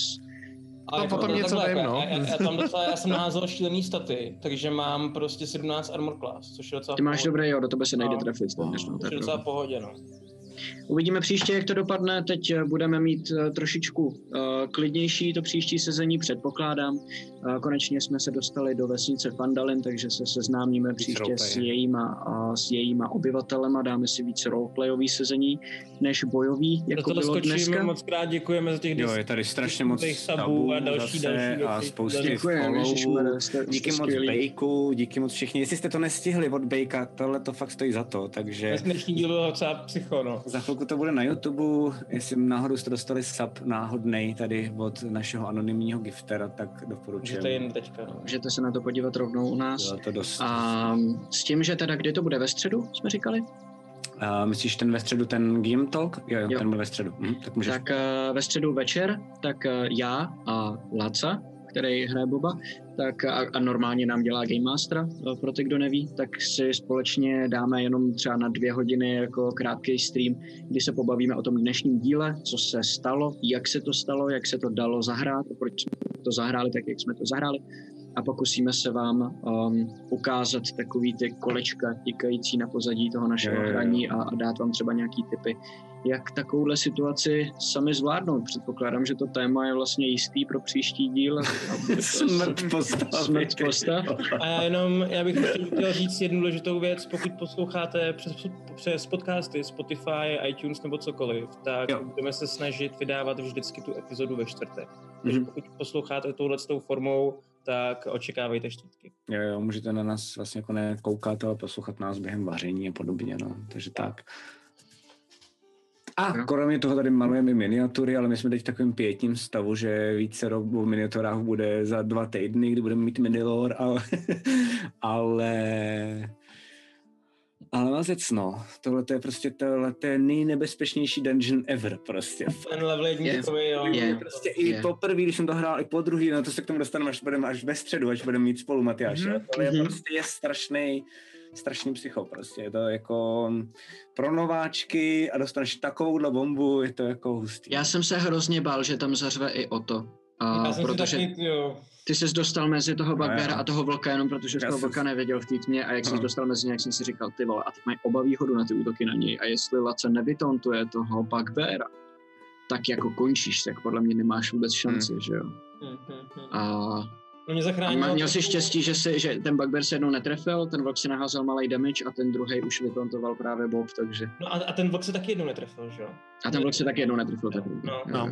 Ale to potom něco vím, no. Já, já, tam docela, já jsem naházel šílený staty, takže mám prostě sedmnáct armor class, což je docela... Ty máš pohodě. Dobré, jo, do tebe se nejde no. trefit. No, než, no, to je docela pohodě, no. Uvidíme příště, jak to dopadne. Teď budeme mít trošičku uh, klidnější to příští sezení, předpokládám. Uh, konečně jsme se dostali do vesnice Fandalin, takže se seznámíme příště s jejíma, uh, s jejíma obyvatelema. Dáme si víc roleplayový sezení než bojový, jako bylo dneska. Moc krát děkujeme za těch jo, je tady strašně moc sabů a další, další a spoustě followů. Díky moc Bejku, díky moc všichni. Jestli jste to nestihli od Bejka, tohle to fakt stojí za to, takže... Dnešní díl bylo docela psycho, no. Za chvilku to bude na YouTube, jestli náhodou jste dostali sub náhodnej tady od našeho anonymního giftera, tak doporučuji. Můžete jen teďka, no. Můžete se na to podívat rovnou u nás. Jo, to dost. A s tím, že teda kdy to bude ve středu, jsme říkali? Uh, myslíš ten ve středu, ten Game Talk? Jo, jo, jo. Ten byl ve středu. Hm, tak můžeš... tak uh, ve středu večer, tak uh, já a Laca, který hraje Boba, tak a, a normálně nám dělá Game Mastera, pro ty, kdo neví, tak si společně dáme jenom třeba na dvě hodiny jako krátký stream, kdy se pobavíme o tom dnešním díle, co se stalo, jak se to stalo, jak se to dalo zahrát, proč jsme to zahráli tak, jak jsme to zahráli. A pokusíme se vám um, ukázat takový ty kolečka tikající na pozadí toho našeho je, hraní a, a dát vám třeba nějaký tipy, jak takovouhle situaci sami zvládnout. Předpokládám, že to téma je vlastně jistý pro příští díl. Smrt postav. Smrt postav. A já jenom, já bych chtěl říct jednu důležitou věc, pokud posloucháte přes, přes podcasty, Spotify, iTunes nebo cokoliv, tak jo. budeme se snažit vydávat vždycky tu epizodu ve čtvrtek. Mm-hmm. Takže pokud posloucháte touhletou formou, tak očekávejte štítky. Jo, jo, můžete na nás vlastně jako nekoukat, ale poslouchat nás během vaření a podobně, no, takže tak. A no. kromě toho tady malujeme i miniatury, ale my jsme teď v takovém pětním stavu, že více o miniaturách bude za dva týdny, kdy budeme mít minilore, ale... ale... Ale mazec, no, tohle je prostě tohle je nejnebezpečnější dungeon ever, prostě. Ten level jedničkový, jo. Je, prostě je. I poprvé, když jsem to hrál, i po druhý, no to se k tomu dostaneme, až budeme až ve středu, až budeme mít spolu Matyáše. Mm-hmm. Tohle je prostě je strašný, strašný psycho, prostě. Je to jako pro nováčky a dostaneš takovouhle bombu, je to jako hustý. Já jsem se hrozně bál, že tam zařve i o to. A protože taky, ty jsi dostal mezi toho Bugbeara a toho vlka jenom protože jsi toho vlka nevěděl v té tmě a jak jsi dostal mezi ně, jak jsem si říkal, ty vole, a teď mají oba výhodu na ty útoky na něj a jestli Lace nevytontuje toho Bugbeara, tak jako končíš, tak podle mě nemáš vůbec šanci, hmm. že jo. Hmm, hmm, hmm. A, a měl, měl jsi štěstí, že, si, že ten Bugbear se jednou netrefil, ten vlk si naházel malej damage a ten druhý už vytontoval právě Bob, takže... No a, a ten vlk se taky jednou netrefil, že jo? A ten vlk se taky jednou netrefil, tak no, no.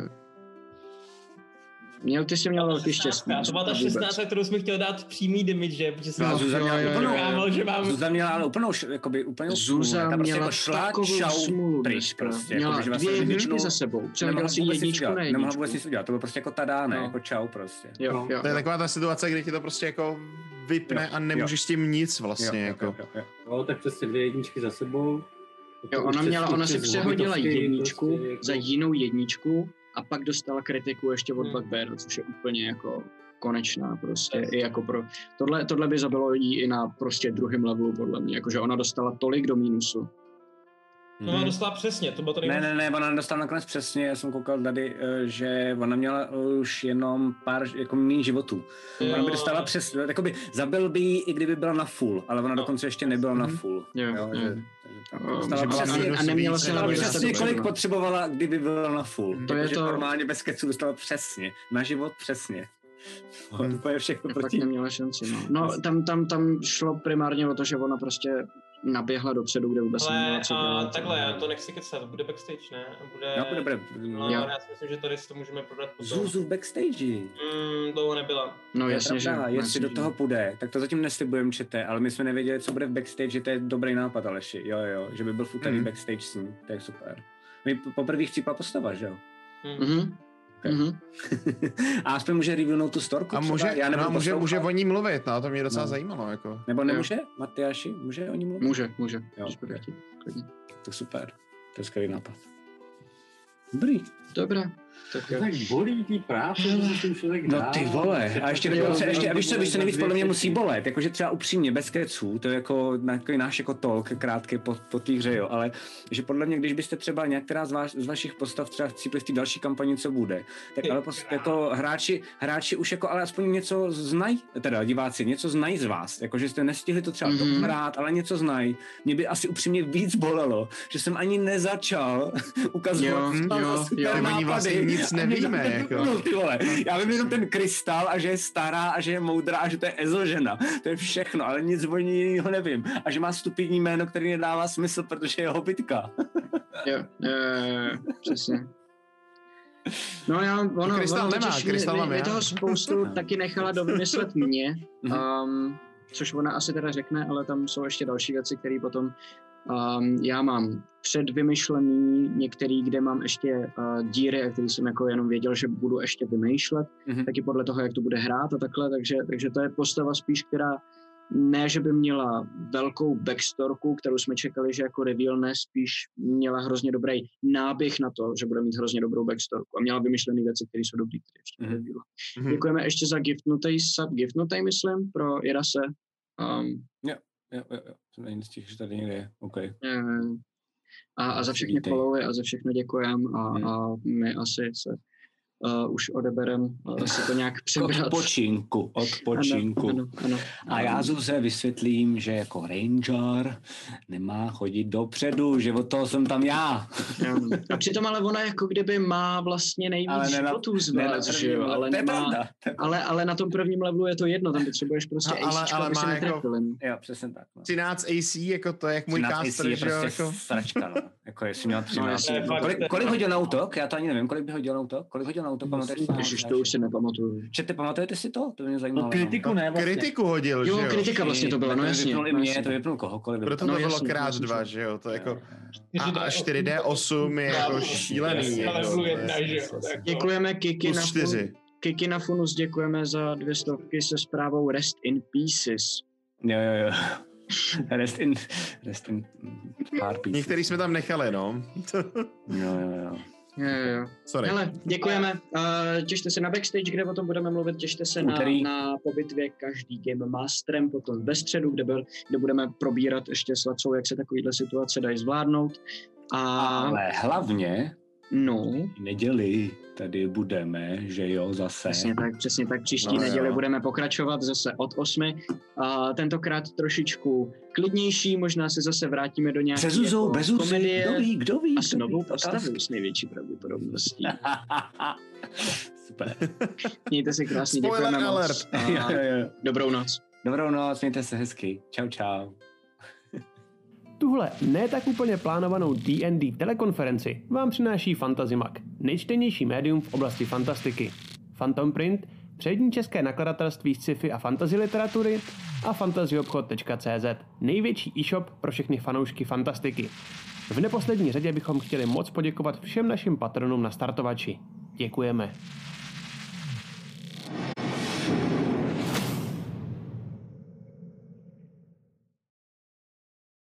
Měl, ty jsi měl velký štěstí. To byla ta šestnáctka, kterou jsme chtěl dát přímý damage, protože jsem očekával, že mám... Zuzana měla ale úplnou, jakoby úplnou Zuzana měla takovou smůlu pryč prostě. Měla jako, dvě jedničky za sebou. Přehodil si jedničku na jedničku. Nemohla vůbec nic udělat, to bylo prostě jako tadáne, no. jako čau prostě. Jo, jo, to je jo. taková ta situace, kdy ti to prostě jako vypne jo, a nemůžeš jo. s tím nic vlastně. Jo, jako. jo, jo, jo. No, tak přesně dvě jedničky za sebou. Jo, ona měla, ona si přehodila jedničku za jinou jedničku. A pak dostala kritiku ještě od hmm. Bugbeara, což je úplně jako konečná prostě. I jako pro, tohle, tohle by zabilo jí i na prostě druhém levelu podle mě, jakože ona dostala tolik do mínusu. No ona dostala přesně, to bylo to nejvíc. Ne, ne, ne, ona dostala nakonec přesně, já jsem koukal tady, že ona měla už jenom pár, jako méně životů. Jo. Ona by dostala přesně, jakoby zabil by jí, i kdyby byla na full, ale ona dokonce ještě nebyla na full. Jo, jo. jo. Že, Dostala přesně, a neměla se na přesně, kolik no. potřebovala, kdyby byla na full. To je to... normálně bez kecu dostala přesně, na život přesně. No, to je všechno proti. Fakt neměla šanci, no. No, tam, tam, tam šlo primárně o to, že ona prostě naběhla dopředu, kde vůbec ale, neměla co dělat. Takhle, já to nechci kecat, bude backstage, ne? Bude... No, bude, bude. No, já si myslím, že tady si to můžeme prodat potom. Zuzu v backstage. Mm, dlouho nebyla. No jasně, že... Pravda, jestli do toho půjde, tak to zatím neslibujeme, čete, ale my jsme nevěděli, co bude v backstage, že to je dobrý nápad, Aleši. Jo, jo, že by byl v úterý mm. backstage s ním, to je super. My poprvé chcípla postava, že jo? Mhm. Okay. Mm-hmm. A aspoň může reviewnout tu storku a může, třeba? Já no, může, může o ní mluvit, no, to mě docela no. zajímalo. Jako. Nebo nemůže, Matyáši? Může o ní mluvit? Může, může. Jo, okay. To super, to je skvělý nápad. Dobrý. Dobré. Tak to tak bolí tý práce, že se tím člověk dá. No ty vole, a ještě dokonce, ještě, a víš co, víš co nejvíc podle mě musí bolet, jakože třeba upřímně, bez keců, to je jako takový náš jako talk, krátký po, po té hře, jo, ale že podle mě, když byste třeba některá z, vaš, z vašich postav třeba chcípli v té další kampani, co bude, tak ale post, jako hráči, hráči už jako ale aspoň něco znají, teda diváci, něco znají z vás, jakože jste nestihli to třeba mm-hmm. dohrát, ale něco znají. Mě by asi upřímně víc bolelo, že jsem ani nezačal ukazovat nic nevíme, jako. No, ty vole, já vím jenom ten krystal a že je stará a že je moudrá a že to je ezožena. To je všechno, ale nic o ní jiného nevím. A že má stupidní jméno, který nedává smysl, protože je hobitka. Jo, jo, jo, přesně. No já, ono, krystal ono nemá, krystal mám já. Mě toho spoustu taky nechala dovymyslet mě, um, což ona asi teda řekne, ale tam jsou ještě další věci, které potom Um, já mám předvymyšlený některý, kde mám ještě uh, díry, který jsem jako jenom věděl, že budu ještě vymýšlet, mm-hmm. taky podle toho, jak to bude hrát a takhle, takže, takže to je postava spíš, která ne, že by měla velkou backstorku, kterou jsme čekali, že jako reveal, ne, spíš měla hrozně dobrý náběh na to, že bude mít hrozně dobrou backstorku a měla vymyšlené věci, které jsou dobré, které ještě mm-hmm. reveal. Mm-hmm. Děkujeme ještě za giftnutej sub, giftnutej myslím, pro Irase. Um, yeah. Jo, jo, jo, jsem nejde z těch, že tady někde je, OK. A, a za všechny followy a za všechno děkujem a, hmm. a my asi se uh, už odeberem uh, si to nějak přibrat. Odpočinku, odpočinku. Ano, ano, ano. A já Zuze vysvětlím, že jako ranger nemá chodit dopředu, že od toho jsem tam já. A přitom ale ona jako kdyby má vlastně nejvíc životů z vás, že jo, ale, nemá, ale, ale na tom prvním levelu je to jedno, tam potřebuješ prostě no, ale, ACčko, ale aby si netrefil. Jo, přesně tak. No. třináct A C, jako to je jak můj caster, je že jo? Prostě jako... sračka, no. Jako jestli měl třináct. No, kolik, kolik hodil na útok? Já to ani nevím, kolik by hodil na útok? Kolik hodil na útok? Ježiš, to už si nepamatuju. Čete, pamatujete si to? To mě zajímalo. No, kritiku ne, vlastně. Kritiku hodil, jo? Jo, kritika vlastně to bylo, no jasně. To mě, to vypnul kohokoliv. Proto to bylo krát dva, že jo? To jako... A čtyři D osm je jako šílený. Děkujeme Kiki na Kiki na Funus, děkujeme za dvě stovky se zprávou Rest in Pieces. Jo, jo, jo. Rest in... Rest in... Pár pieces. Některý jsme tam nechali, no. Jo, jo, jo. Jo, jo. Sorry. Hele, děkujeme. Uh, těšte se na backstage, kde o tom budeme mluvit, těšte se na, na po bitvě každý Game Masterem, potom ve středu, kde, byl, kde budeme probírat ještě s Lacou, jak se takovýhle situace dají zvládnout. A... Ale hlavně no. neděli tady budeme, že jo, zase. Přesně tak, přesně tak. Příští no, neděli jo. budeme pokračovat zase od osmi. A tentokrát trošičku klidnější, možná se zase vrátíme do nějaké jako komedie. Kdo ví, kdo ví. A s novou postavou s největší pravděpodobností. Super. Mějte se krásně, děkujeme moc. Dobrou noc. Dobrou noc, mějte se hezky. Čau, čau. Tuhle ne tak úplně plánovanou D and D telekonferenci vám přináší FantazyMag, nejčtenější médium v oblasti fantastiky. Phantom Print, přední české nakladatelství sci-fi a fantasy literatury a fantazyobchod tečka cé zet, největší e-shop pro všechny fanoušky fantastiky. V neposlední řadě bychom chtěli moc poděkovat všem našim patronům na startovači. Děkujeme.